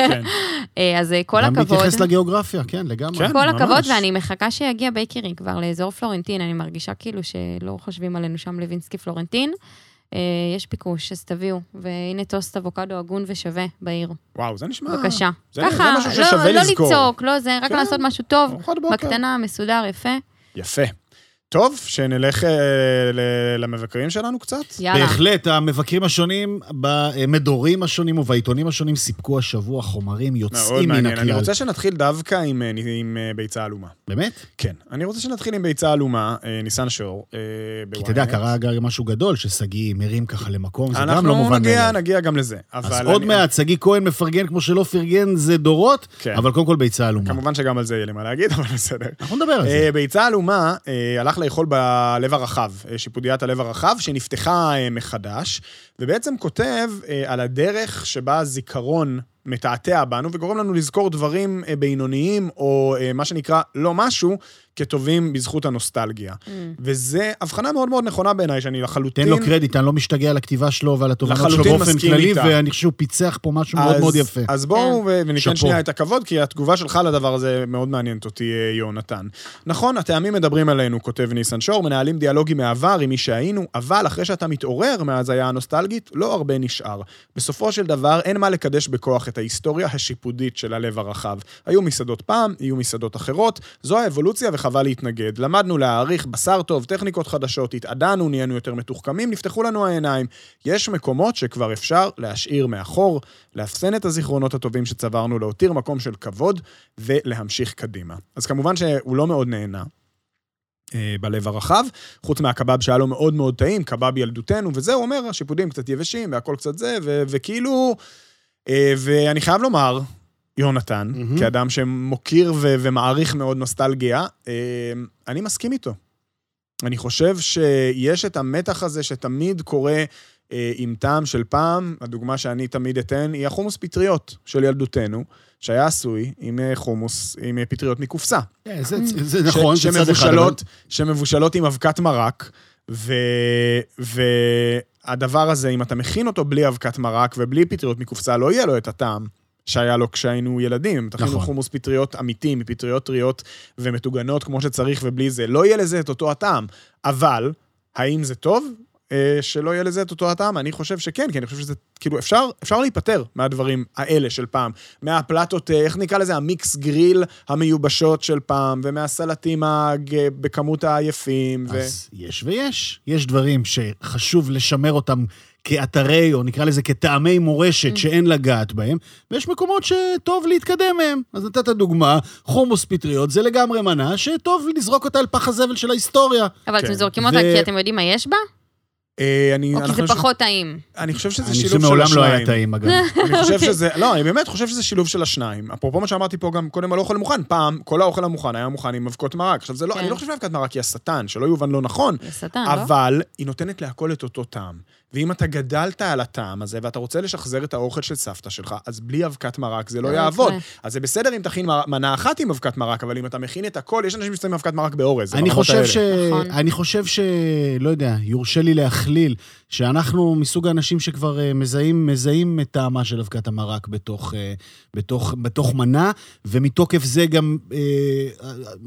אז כל הכבוד. גם בהתייחס לגיאוגרפיה, כן, לגמרי. כל הכבוד, ואני מחכה שיגיע בייקרי כבר לאזור פלורנטין, אני מרגישה כאילו שלא חושבים עלינו שם לוינסקי פלורנטין. יש ביקוש, אז תביאו, והנה טוסט אבוקדו הגון ושווה בעיר. וואו, זה נשמע... בבקשה. ככה, לא לצעוק, לא זה, רק לעשות משהו טוב, בקטנה, מסודר, יפה. יפה. טוב, שנלך למבקרים שלנו קצת? יאללה. בהחלט, המבקרים השונים, במדורים השונים ובעיתונים השונים, סיפקו השבוע חומרים יוצאים מן הכלל. אני רוצה שנתחיל דווקא עם ביצה אלומה. באמת? כן. אני רוצה שנתחיל עם ביצה אלומה, ניסן שור, כי אתה יודע, קרה גם משהו גדול, שסגי מרים ככה למקום, זה גם לא מובן מאליו. אנחנו נגיע גם לזה. אז עוד מעט, סגי כהן מפרגן כמו שלא פרגן, זה דורות, אבל קודם כל ביצה אלומה. כמובן שגם על זה יהיה לי מה להגיד, אבל בסדר. אנחנו נדבר על זה. ביצה אלומה הלך לאכול בלב הרחב, שיפודיית הלב הרחב, שנפתחה מחדש, ובעצם כותב על הדרך שבה הזיכרון מתעתע בנו, וגורם לנו לזכור דברים בינוניים, או מה שנקרא לא משהו, כטובים בזכות הנוסטלגיה. וזה הבחנה מאוד מאוד נכונה בעיניי, שאני לחלוטין... תן לו קרדיט, אני לא משתגע על הכתיבה שלו ועל התובנות שלו באופן כללי, ואני חושב שהוא פיצח פה משהו מאוד מאוד יפה. אז בואו וניתן שנייה את הכבוד, כי התגובה שלך לדבר הזה מאוד מעניינת אותי, יונתן. נכון, הטעמים מדברים עלינו, כותב ניסן שור, מנהלים דיאלוגים מעבר עם מי שהיינו, אבל אחרי שאתה מתעורר מההזיה הנוסטלגית, לא הרבה נשאר. בסופו של דבר, אין מה לקדש בכוח את ההיסטוריה השיפודית של הלב הרחב. היו מסעדות פעם, יהיו מסעדות אחרות, זו האבולוציה וחבל להתנגד. למדנו להעריך בשר טוב, טכניקות חדשות, התעדנו, נהיינו יותר מתוחכמים, נפתחו לנו העיניים. יש מקומות שכבר אפשר להשאיר מאחור, להפסן את הזיכרונות הטובים שצברנו, להותיר מקום של כבוד ולהמשיך קדימה. אז כמובן שהוא לא מאוד נהנה בלב הרחב, חוץ מהקבב שהיה לו מאוד מאוד טעים, קבב ילדותנו, וזה הוא אומר, השיפודים קצת יבשים והכל קצת זה, וכאילו, ואני חייב לומר, יונתן, כאדם שמוקיר ומעריך מאוד נוסטלגיה, אני מסכים איתו. אני חושב שיש את המתח הזה שתמיד קורה עם טעם של פעם, הדוגמה שאני תמיד אתן, היא החומוס פטריות של ילדותנו, שהיה עשוי עם חומוס, עם פטריות מקופסה. זה נכון, זה צד אחד. שמבושלות עם אבקת מרק, והדבר הזה, אם אתה מכין אותו בלי אבקת מרק ובלי פטריות מקופסה, לא יהיה לו את הטעם שהיה לו כשהיינו ילדים. אם תכינו חומוס פטריות אמיתי, מפטריות טריות ומתוגנות כמו שצריך ובלי זה, לא יהיה לזה את אותו הטעם. אבל, האם זה טוב? שלא יהיה לזה את אותו הטעם? אני חושב שכן, כי אני חושב שזה, כאילו, אפשר להיפטר מהדברים האלה של פעם, מהפלטות, איך נקרא לזה, המיקס גריל המיובשות של פעם, ומהסלטים בכמות העייפים. אז יש ויש. יש דברים שחשוב לשמר אותם כאתרי, או נקרא לזה כטעמי מורשת שאין לגעת בהם, ויש מקומות שטוב להתקדם מהם. אז נתת דוגמה, חומוס פטריות, זה לגמרי מנה שטוב לזרוק אותה על פח הזבל של ההיסטוריה. אבל אתם זורקים אותה כי אתם יודעים מה יש בה? או כי זה פחות טעים. אני חושב שזה שילוב של השניים. מעולם לא היה טעים, אגב. אני חושב שזה, לא, אני באמת חושב שזה שילוב של השניים. אפרופו מה שאמרתי פה גם קודם על האוכל המוכן, פעם כל האוכל המוכן היה מוכן עם אבקות מרק. עכשיו זה לא, אני לא חושב שאבקת מרק היא השטן, שלא יובן לא נכון, אבל היא נותנת להכל את אותו טעם. ואם אתה גדלת על הטעם הזה, ואתה רוצה לשחזר את האוכל של סבתא שלך, אז בלי אבקת מרק זה לא יעבוד. אז זה בסדר אם תכין מנה אחת עם אבקת מרק, אבל אם אתה מכין את הכל, יש אנשים ששמים אבקת מרק באורז. אני חושב לא יודע, יורשה לי להכליל, שאנחנו מסוג האנשים שכבר מזהים את טעמה של אבקת המרק בתוך מנה, ומתוקף זה גם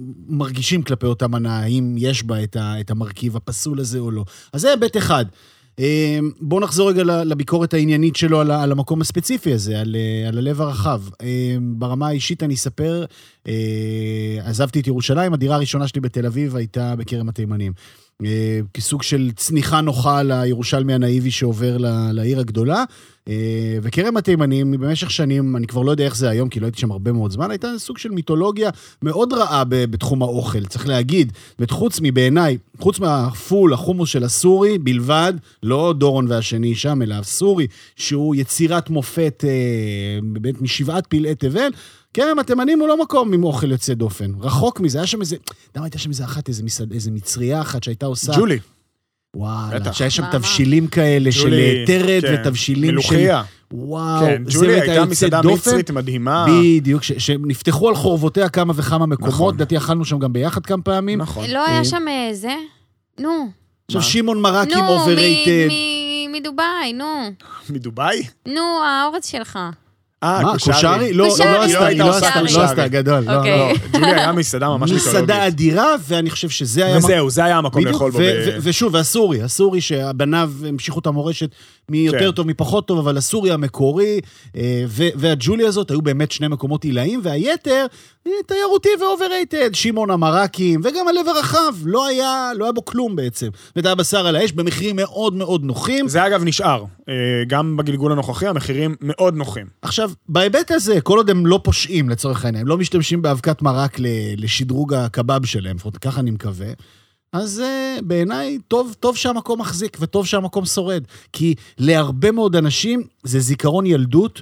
מרגישים כלפי אותה מנה, האם יש בה את המרכיב הפסול הזה או לא. אז זה היבט אחד. בואו נחזור רגע לביקורת העניינית שלו על המקום הספציפי הזה, על הלב הרחב. ברמה האישית אני אספר, עזבתי את ירושלים, הדירה הראשונה שלי בתל אביב הייתה בכרם התימנים. כסוג של צניחה נוחה לירושלמי הנאיבי שעובר לעיר הגדולה, וכרם התימנים במשך שנים, אני כבר לא יודע איך זה היום, כי לא הייתי שם הרבה מאוד זמן, הייתה סוג של מיתולוגיה מאוד רעה בתחום האוכל, צריך להגיד, וחוץ מבעיניי, חוץ מהפול, החומוס של הסורי, בלבד, לא דורון והשני שם, אלא הסורי, שהוא יצירת מופת באמת משבעת פלאי תבל, כרם התימנים הוא לא מקום עם אוכל יוצא דופן, רחוק מזה, היה שם איזה, הייתה שם איזה אחת, איזה מצרייה אחת שהייתה עושה... ג'ולי. וואלה, שהיה שם תבשילים כאלה של תרד ותבשילים של... מלוכיה. וואו, כן, ג'ולי הייתה מסעדה מצרית מדהימה. בדיוק, שנפתחו על חורבותיה כמה וכמה מקומות, דעתי אכלנו שם גם ביחד כמה פעמים. נכון. לא היה שם זה? נו. עכשיו שמעון מרקים אוברייטד. מדובאי, נו. מדובאי? נו, האורץ שלך. קושרי? לא עשתה, גדול. ג'ולי היה מסעדה ממש מיתולוגית. מסעדה אדירה, ואני חושב שזה היה... וזהו, זה היה המקום לאכול בו. ושוב, הסורי שבניו המשיכו את המורשת מי יותר טוב, מי פחות טוב, אבל הסורי המקורי, והג'ולי הזאת היו באמת שני מקומות עילאים, והיתר, תיירותי ואוברייטד, שמעון המרקים, וגם הלב הרחב, לא היה בו כלום בעצם. ואת הבשר על האש במחירים מאוד מאוד נוחים. זה אגב נשאר, גם בגלגול הנוכחי, המחירים מאוד נוחים. עכשיו, בהיבט הזה, כל עוד הם לא פושעים לצורך העניין, הם לא משתמשים באבקת מרק לשדרוג הקבב שלהם, ככה אני מקווה, אז בעיניי טוב שהמקום מחזיק וטוב שהמקום שורד, כי להרבה מאוד אנשים זה זיכרון ילדות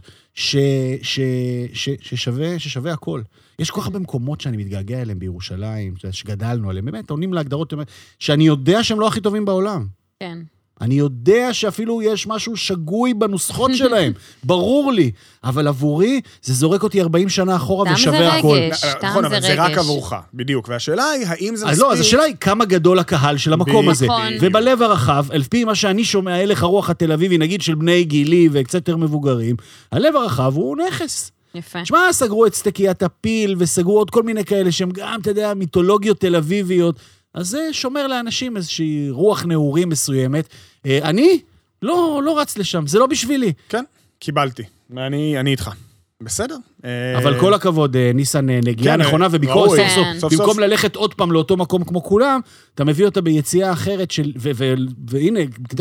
ששווה הכל. יש כל כך הרבה מקומות שאני מתגעגע אליהם בירושלים, שגדלנו עליהם, באמת, עונים להגדרות שאני יודע שהם לא הכי טובים בעולם. כן. אני יודע שאפילו יש משהו שגוי בנוסחות שלהם, ברור לי, אבל עבורי זה זורק אותי 40 שנה אחורה ושווה הכל. נכון, אבל זה רק עבורך, בדיוק, והשאלה היא, האם זה מספיק... לא, אז השאלה היא כמה גדול הקהל של המקום הזה, ובלב הרחב, על פי מה שאני שומע, הלך הרוח התל אביבי, נגיד של בני גילי וקצת יותר מבוגרים, הלב הרחב הוא נכס. יפה. שמה, סגרו את סטקיית הפיל, וסגרו עוד כל מיני כאלה שהם גם, אתה יודע, מיתולוגיות תל אביביות, אז זה שומר לאנשים איזושהי רוח נעורים מסוימת. אני לא רץ לשם, זה לא בשבילי. כן, קיבלתי. אני איתך. בסדר. אבל כל הכבוד, ניסן, נגיעה נכונה, וביקור סוף. במקום ללכת עוד פעם לאותו מקום כמו כולם, אתה מביא אותה ביציאה אחרת של... והנה,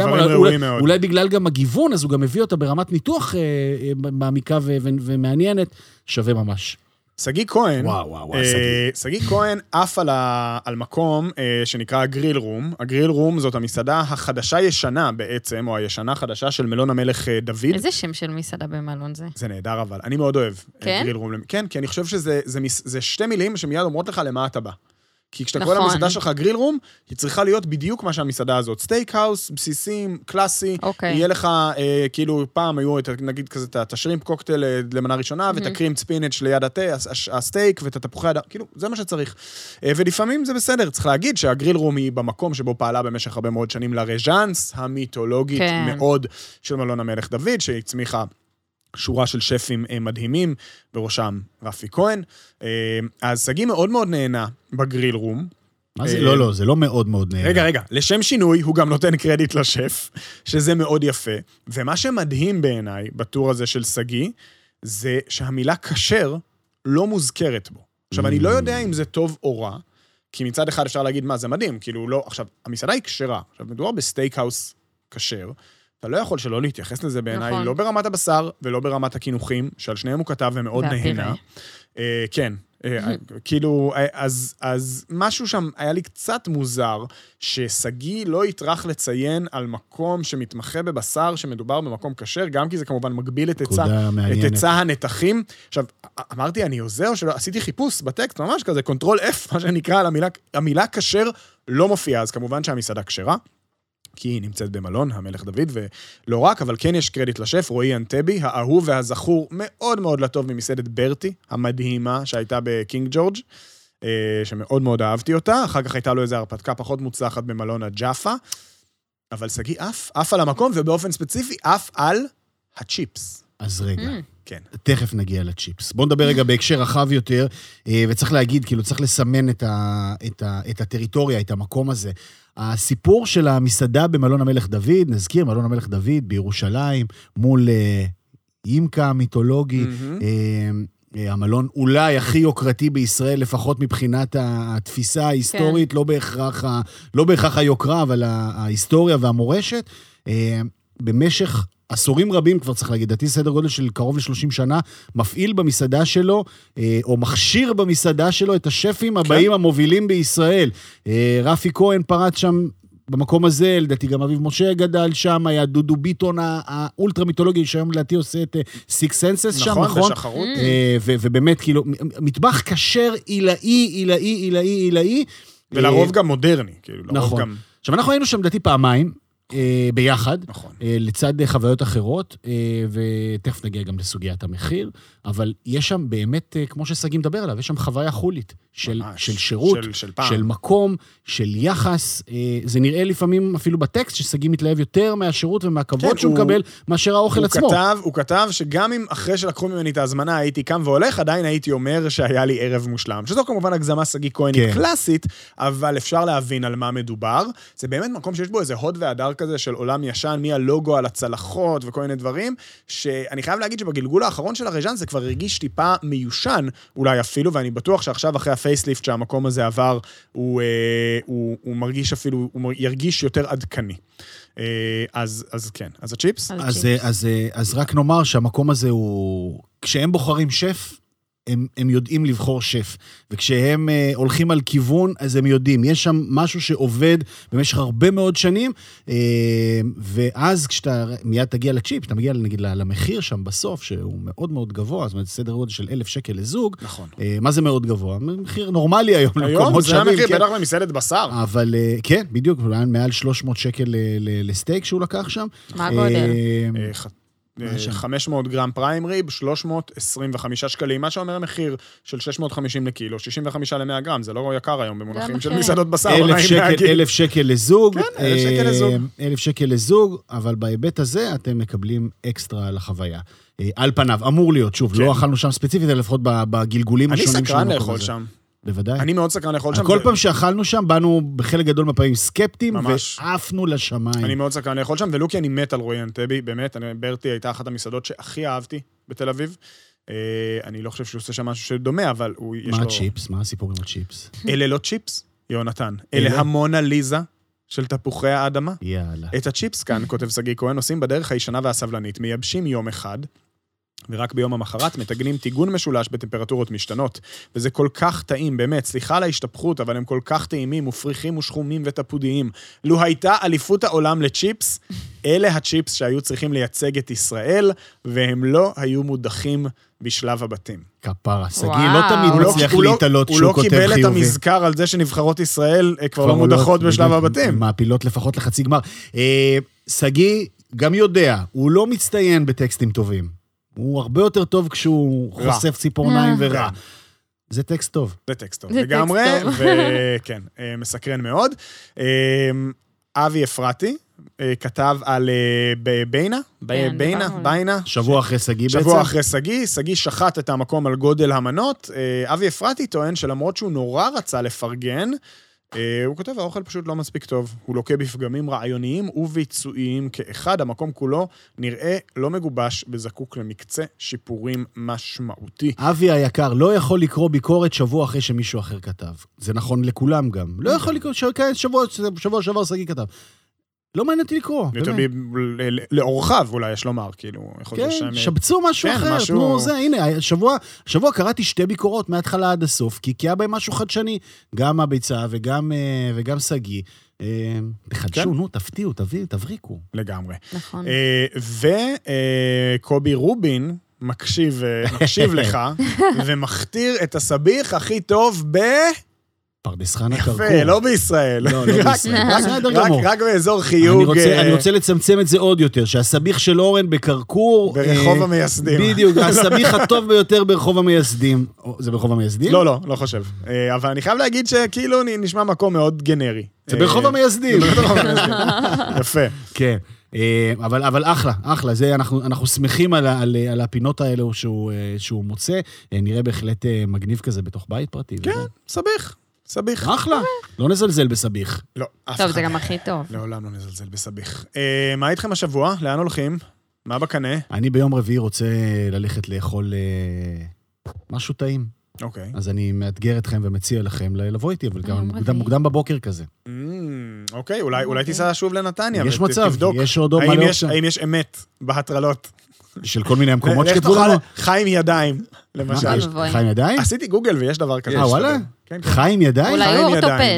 אולי בגלל גם הגיוון, אז הוא גם מביא אותה ברמת ניתוח מעמיקה ומעניינת, שווה ממש. סגי כהן, סגי. סגי כהן עף על מקום שנקרא הגריל רום. הגריל רום זאת המסעדה החדשה ישנה בעצם, או הישנה החדשה של מלון המלך דוד. איזה שם של מסעדה במלון זה? זה נהדר אבל, אני מאוד אוהב גריל רום. כן, כי אני חושב שזה שתי מילים שמיד אומרות לך למה אתה בא. כי כשאתה קורא למסעדה שלך גריל רום, היא צריכה להיות בדיוק מה שהמסעדה הזאת. סטייק האוס, בסיסים, קלאסי, יהיה לך, כאילו פעם היו, נגיד כזה, את השרימפ קוקטייל למנה ראשונה, ואת הקרים ספינץ' ליד הסטייק, ואת התפוחי אדם, כאילו, זה מה שצריך. ולפעמים זה בסדר, צריך להגיד שהגריל רום היא במקום שבו פעלה במשך הרבה מאוד שנים לרג'אנס, המיתולוגית מאוד של מלון המלך דוד, שהצמיחה שורה של שפים מדהימים, בראשם רפי כהן. אז סגי מאוד מאוד נהנה בגריל רום. מה זה? לא, זה לא מאוד מאוד נהנה. רגע, לשם שינוי, הוא גם נותן קרדיט לשף, שזה מאוד יפה. ומה שמדהים בעיניי, בטור הזה של סגי, זה שהמילה כשר לא מוזכרת בו. עכשיו, אני לא יודע אם זה טוב או רע, כי מצד אחד אפשר להגיד, מה, זה מדהים, כאילו לא, עכשיו, המסעדה היא כשרה. עכשיו, מדובר בסטייקהאוס כשר, אתה לא יכול שלא להתייחס לזה בעיניי, לא ברמת הבשר ולא ברמת הכינוחים, שעל שניהם הוא כתב ומאוד נהנה. כן, כאילו, אז משהו שם היה לי קצת מוזר, שסגי לא יטרח לציין על מקום שמתמחה בבשר, שמדובר במקום כשר, גם כי זה כמובן מגביל את היצע הנתחים. עכשיו, אמרתי, אני עוזר, או שלא, עשיתי חיפוש בטקסט, ממש כזה, קונטרול F, מה שנקרא, על המילה כשר לא מופיעה, אז כמובן שהמסעדה כשרה. כי היא נמצאת במלון, המלך דוד, ולא רק, אבל כן יש קרדיט לשף, רועי אנטבי, האהוב והזכור מאוד מאוד לטוב ממסעדת ברטי, המדהימה שהייתה בקינג ג'ורג', שמאוד מאוד אהבתי אותה, אחר כך הייתה לו איזו הרפתקה פחות מוצלחת במלון הג'אפה, אבל סגי אף על המקום, ובאופן ספציפי, אף על הצ'יפס. אז רגע, כן. תכף נגיע לצ'יפס. בואו נדבר רגע בהקשר רחב יותר, וצריך להגיד, כאילו צריך לסמן את הטריטוריה, את המקום הזה. הסיפור של המסעדה במלון המלך דוד, נזכיר, מלון המלך דוד בירושלים, מול אימקה המיתולוגי, המלון אולי הכי יוקרתי בישראל, לפחות מבחינת התפיסה ההיסטורית, כן. לא בהכרח היוקרה, אבל ההיסטוריה והמורשת. במשך עשורים רבים, כבר צריך להגיד, דעתי סדר גודל של קרוב ל-30 שנה, מפעיל במסעדה שלו, או מכשיר במסעדה שלו את השפים הבאים כן. המובילים בישראל. רפי כהן פרץ שם במקום הזה, לדעתי גם אביב משה גדל שם, היה דודו ביטון האולטרה מיתולוגי, שהיום לדעתי עושה את Six Senses שם, נכון? נכון, בשחרות. ובאמת, כאילו, מטבח כשר עילאי. ולרוב גם מודרני, כאילו, נכון. גם... עכשיו, אנחנו היינו שם לדעתי פעמיים, ביחד, נכון. לצד חוויות אחרות, ותכף נגיע גם לסוגיית המחיר, אבל יש שם באמת, כמו שסגי מדבר עליו, יש שם חוויה חולית של שירות, של מקום, של יחס, זה נראה לפעמים אפילו בטקסט, שסגי מתלהב יותר מהשירות ומהכבוד שהוא מקבל, מאשר האוכל עצמו. הוא כתב שגם אם אחרי שלקחו ממני את ההזמנה, הייתי קם והולך, עדיין הייתי אומר שהיה לי ערב מושלם. שזו כמובן הגזמה סגי כהנית קלאסית, אבל אפשר להבין על מה מדובר. זה באמת מקום שיש בו איזה הוד והדר כזה של עולם ישן, מהלוגו על הצלחות וכל מיני דברים, שאני חייב להגיד שבגלגול האחרון של הרז'אן זה כבר הרגיש טיפה מיושן, אולי אפילו, ואני בטוח שעכשיו אחרי הפייסליפט שהמקום הזה עבר, הוא מרגיש אפילו, הוא ירגיש יותר עדכני. אז כן, אז הצ'יפס? אז רק נאמר שהמקום הזה הוא, כשהם בוחרים שף, הם יודעים לבחור שף, וכשהם הולכים על כיוון, אז הם יודעים. יש שם משהו שעובד במשך הרבה מאוד שנים, ואז כשאתה מיד תגיע לצ'יפ, אתה מגיע נגיד למחיר שם בסוף, שהוא מאוד מאוד גבוה, זאת אומרת, סדר גודל של 1,000 שקל לזוג. נכון. מה זה מאוד גבוה? מחיר נורמלי היום. היום זה המחיר בטח במסעדת בשר. אבל כן, בדיוק, מעל 300 שקל לסטייק שהוא לקח שם. מה הגודל? 500 גרם פריים ריב, 325 שקלים, מה שאומר המחיר של 650 לקילו, 65 ל-100 גרם, זה לא יקר היום במונחים של מסעדות בשר. 1,000 שקל לזוג. כן, 1,000 שקל לזוג. 1,000 שקל לזוג, אבל בהיבט הזה אתם מקבלים אקסטרה לחוויה. על פניו, אמור להיות, שוב, לא אכלנו שם ספציפית, אלא לפחות בגלגולים השונים. אני סקרן לאכול שם. בוודאי. אני מאוד סקרן לאכול שם. כל פעם שאכלנו שם, באנו בחלק גדול מהפעמים סקפטיים, ועפנו לשמיים. אני מאוד סקרן לאכול שם, ולא כי אני מת על רועי אנטבי, באמת, ברטי הייתה אחת המסעדות שהכי אהבתי בתל אביב. אני לא חושב שהוא עושה שם משהו שדומה, אבל הוא יש לו... מה הצ'יפס? מה הסיפור עם הצ'יפס? אלה לא צ'יפס, יונתן. אלה המונה ליזה של תפוחי האדמה. יאללה. את הצ'יפס כאן, כותב סגי כהן, עושים בדרך הישנה והסבלנית, מייבשים יום אחד, ורק ביום המחרת מתגנים טיגון משולש בטמפרטורות משתנות. וזה כל כך טעים, באמת, סליחה על ההשתפכות, אבל הם כל כך טעימים, ופריחים ושחומים ותפודיים. לו הייתה אליפות העולם לצ'יפס, אלה הצ'יפס שהיו צריכים לייצג את ישראל, והם לא היו מודחים בשלב הבתים. כפרה, סגי לא תמיד מצליח להתעלות שהוא כותב חיובי. הוא לא קיבל את המזכר על זה שנבחרות ישראל כבר לא מודחות בשלב הבתים. מעפילות לפחות לחצי גמר. סגי גם יודע, הוא לא מצטיין בטקסטים טובים. הוא הרבה יותר טוב כשהוא חושף ציפורניים ורע. זה טקסט טוב. זה טקסט טוב. לגמרי, וכן, מסקרן מאוד. אבי אפרתי כתב על בינה. שבוע אחרי סגי בעצם. שבוע אחרי סגי. סגי שחט את המקום על גודל המנות. אבי אפרתי טוען שלמרות שהוא נורא רצה לפרגן, הוא כותב, האוכל פשוט לא מספיק טוב. הוא לוקה בפגמים רעיוניים וביצועיים כאחד. המקום כולו נראה לא מגובש וזקוק למקצה שיפורים משמעותי. אבי היקר, לא יכול לקרוא ביקורת שבוע אחרי שמישהו אחר כתב. זה נכון לכולם גם. לא יכול לקרוא, שבוע שעבר סגי כתב. לא מעניין אותי לקרוא. יותר לאורחיו אולי יש לומר, כאילו. כן, שבצו משהו אחר. נו, זה, הנה, שבוע קראתי 2 ביקורות מההתחלה עד הסוף, כי היה בהם משהו חדשני. גם הביצה וגם סגי. תחדשו, נו, תפתיעו, תבריקו. לגמרי. נכון. וקובי רובין מקשיב לך, ומכתיר את הסביך הכי טוב פרדס חנה קרקור. יפה, לא בישראל. לא בישראל. רק באזור חיוג. אני רוצה לצמצם את זה עוד יותר, שהסביך של אורן בקרקור... ברחוב המייסדים. בדיוק, הסביך הטוב ביותר ברחוב המייסדים. זה ברחוב המייסדים? לא חושב. אבל אני חייב להגיד שכאילו נשמע מקום מאוד גנרי. זה ברחוב המייסדים. יפה. כן. אבל אחלה, זה אנחנו שמחים על הפינות האלו שהוא מוצא, נראה בהחלט מגניב כזה בתוך בית פרטי. כן, סביך. אחלה, לא נזלזל בסביך. לא, אף אחד. טוב, זה גם הכי טוב. לעולם לא נזלזל בסביך. מה איתכם השבוע? לאן הולכים? מה בקנה? אני ביום רביעי רוצה ללכת לאכול משהו טעים. אוקיי. אז אני מאתגר אתכם ומציע לכם לבוא איתי, אבל גם מוקדם בבוקר כזה. אוקיי, אולי תיסע שוב לנתניה. יש מצב, יש עוד מה לאופציה. האם יש אמת בהטרלות? של כל מיני המקומות לך שכתבו תאכל לנו? חיים ידיים, למשל. חיים ידיים? עשיתי גוגל ויש דבר כזה. וואלה? חיים ידיים? אולי הוא אורתופד.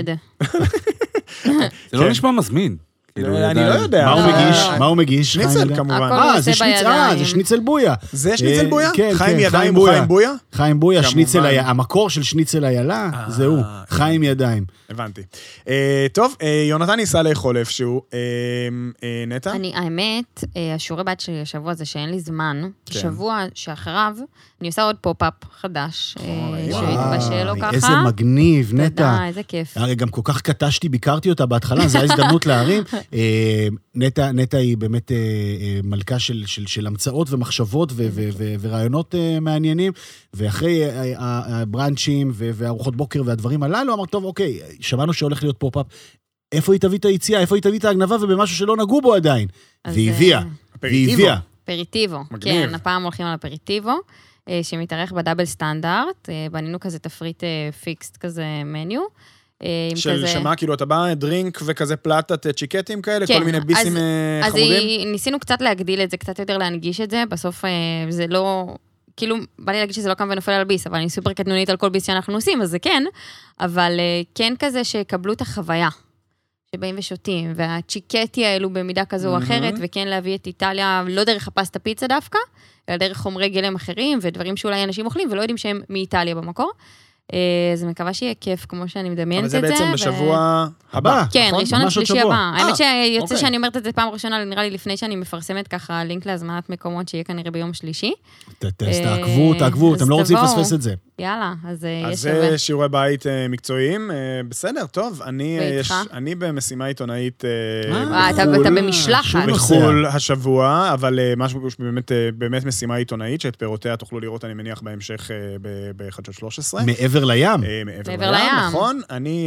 זה לא נשמע מזמין. אני לא יודע. מה הוא מגיש? שניצל כמובן. זה שניצל בויה. זה שניצל בויה? כן, חיים ידיים הוא חיים בויה? חיים בויה, שניצל, המקור של שניצל איילה, זהו, חיים ידיים. הבנתי. טוב, יונתן ניסה לאכול איפשהו. נטע? האמת, השיעורי בית שלי השבוע זה שאין לי זמן. שבוע שאחריו, אני עושה עוד פופ-אפ חדש, שהתבשל לו ככה. איזה מגניב, נטע. תודה, איזה כיף. הרי גם כל כך קטשתי, ביקרתי אותה בהתחלה, זו ההזדמנות להרים. נטע היא באמת מלכה של המצאות ומחשבות ורעיונות מעניינים, ואחרי הברנצ'ים וארוחות בוקר והדברים הללו, אמר, טוב, אוקיי, שמענו שהולך להיות פופ-אפ, איפה היא תביא את היציאה, איפה היא תביא את ההגנבה, ובמשהו שלא נגעו בו עדיין. והיא הביאה. פריטיבו. כן, הפעם הולכים על הפריטיבו, שמתארך בדאבל סטנדרט, בנינו כזה תפריט פיקסט כזה מניו. שמה, כאילו, אתה בא דרינק וכזה פלטת צ'יקטים כאלה, כל מיני ביסים חמודים? אז ניסינו קצת להגדיל את זה, קצת יותר להנגיש את זה, בסוף זה לא... כאילו, בא לי להגיד שזה לא קם ונופל על ביס, אבל אני סופר קטנונית על כל ביס שאנחנו עושים, אז זה כן, אבל כן כזה שקבלו את החוויה, שבאים ושותים, והצ'יקטי האלו במידה כזו או אחרת, וכן להביא את איטליה, לא דרך הפסטה פיצה דווקא, אלא דרך חומרי גלם אחרים, ודברים שאולי אנשים אוכלים, ולא יודעים שהם מאיטליה במקור. אז אני מקווה שיהיה כיף, כמו שאני מדמיינת את זה. אבל זה בעצם בשבוע הבא, כן, ראשון עד שלישי הבא. האמת שיוצא שאני אומרת את זה פעם ראשונה, נראה לי לפני שאני מפרסמת ככה לינק להזמנת מקומות, שיהיה כנראה ביום שלישי. תעקבו, אתם לא רוצים לפספס את זה. יאללה, אז יש שווה. אז שיעורי בית מקצועיים, בסדר, טוב, אני במשימה עיתונאית אתה במשלחת. בחול השבוע, אבל משהו באמת משימה עיתונאית, שאת פירותיה תוכלו לראות, אני מניח, בהמשך בחדשות 13. מעבר לים. מעבר לים, נכון.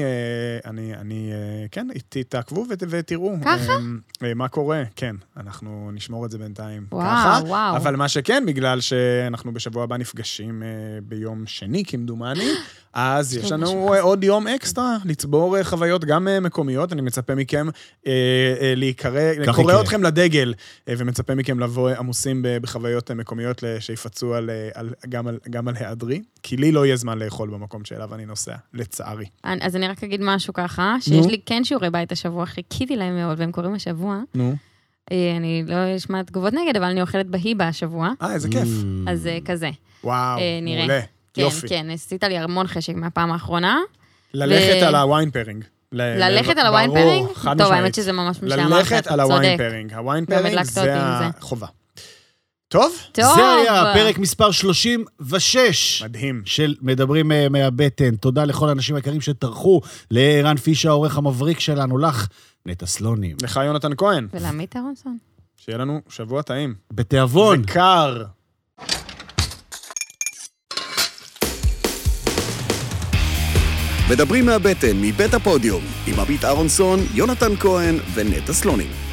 כן, תעקבו ותראו. ככה? מה קורה, כן, אנחנו נשמור את זה בינתיים ככה. אבל מה שכן, בגלל שאנחנו בשבוע הבא נפגשים ביום שני, כמדומני, אז יש לנו עוד יום אקסטרה, לצבור חוויות גם מקומיות, אני מצפה מכם קורא אתכם לדגל, ומצפה מכם לבוא עמוסים בחוויות מקומיות שיפצו גם על היעדרי, כי לי לא יהיה זמן לאכול במקום שאליו אני נוסע, לצערי. אז אני רק אגיד משהו ככה, שיש לי כן שיעורי בית השבוע, חיכיתי להם מאוד, והם קוראים השבוע. אני לא אשמע תגובות נגד, אבל אני אוכלת בהיבה השבוע. איזה כיף. אז כזה. וואו, מעולה. יופי. כן, עשית לי המון חשק מהפעם האחרונה. ללכת על הוויין פיירינג. ללכת על הוויין פיירינג? טוב, האמת שזה ממש מה שאמרת. ללכת על הוויין פיירינג. הוויין פיירינג זה החובה. טוב? זה היה פרק מספר 36. מדהים. של מדברים מהבטן. תודה לכל האנשים היקרים שטרחו, לערן פישה, העורך המבריק שלנו, לך, נטע סלונים. לך יונתן כהן. ולעמית אהרונסון. שיהיה לנו שבוע טעים. בתיאבון. וקר. מדברים מהבטן, מבית הפודיום, עם עמית אהרונסון, יונתן כהן ונטע סלונים.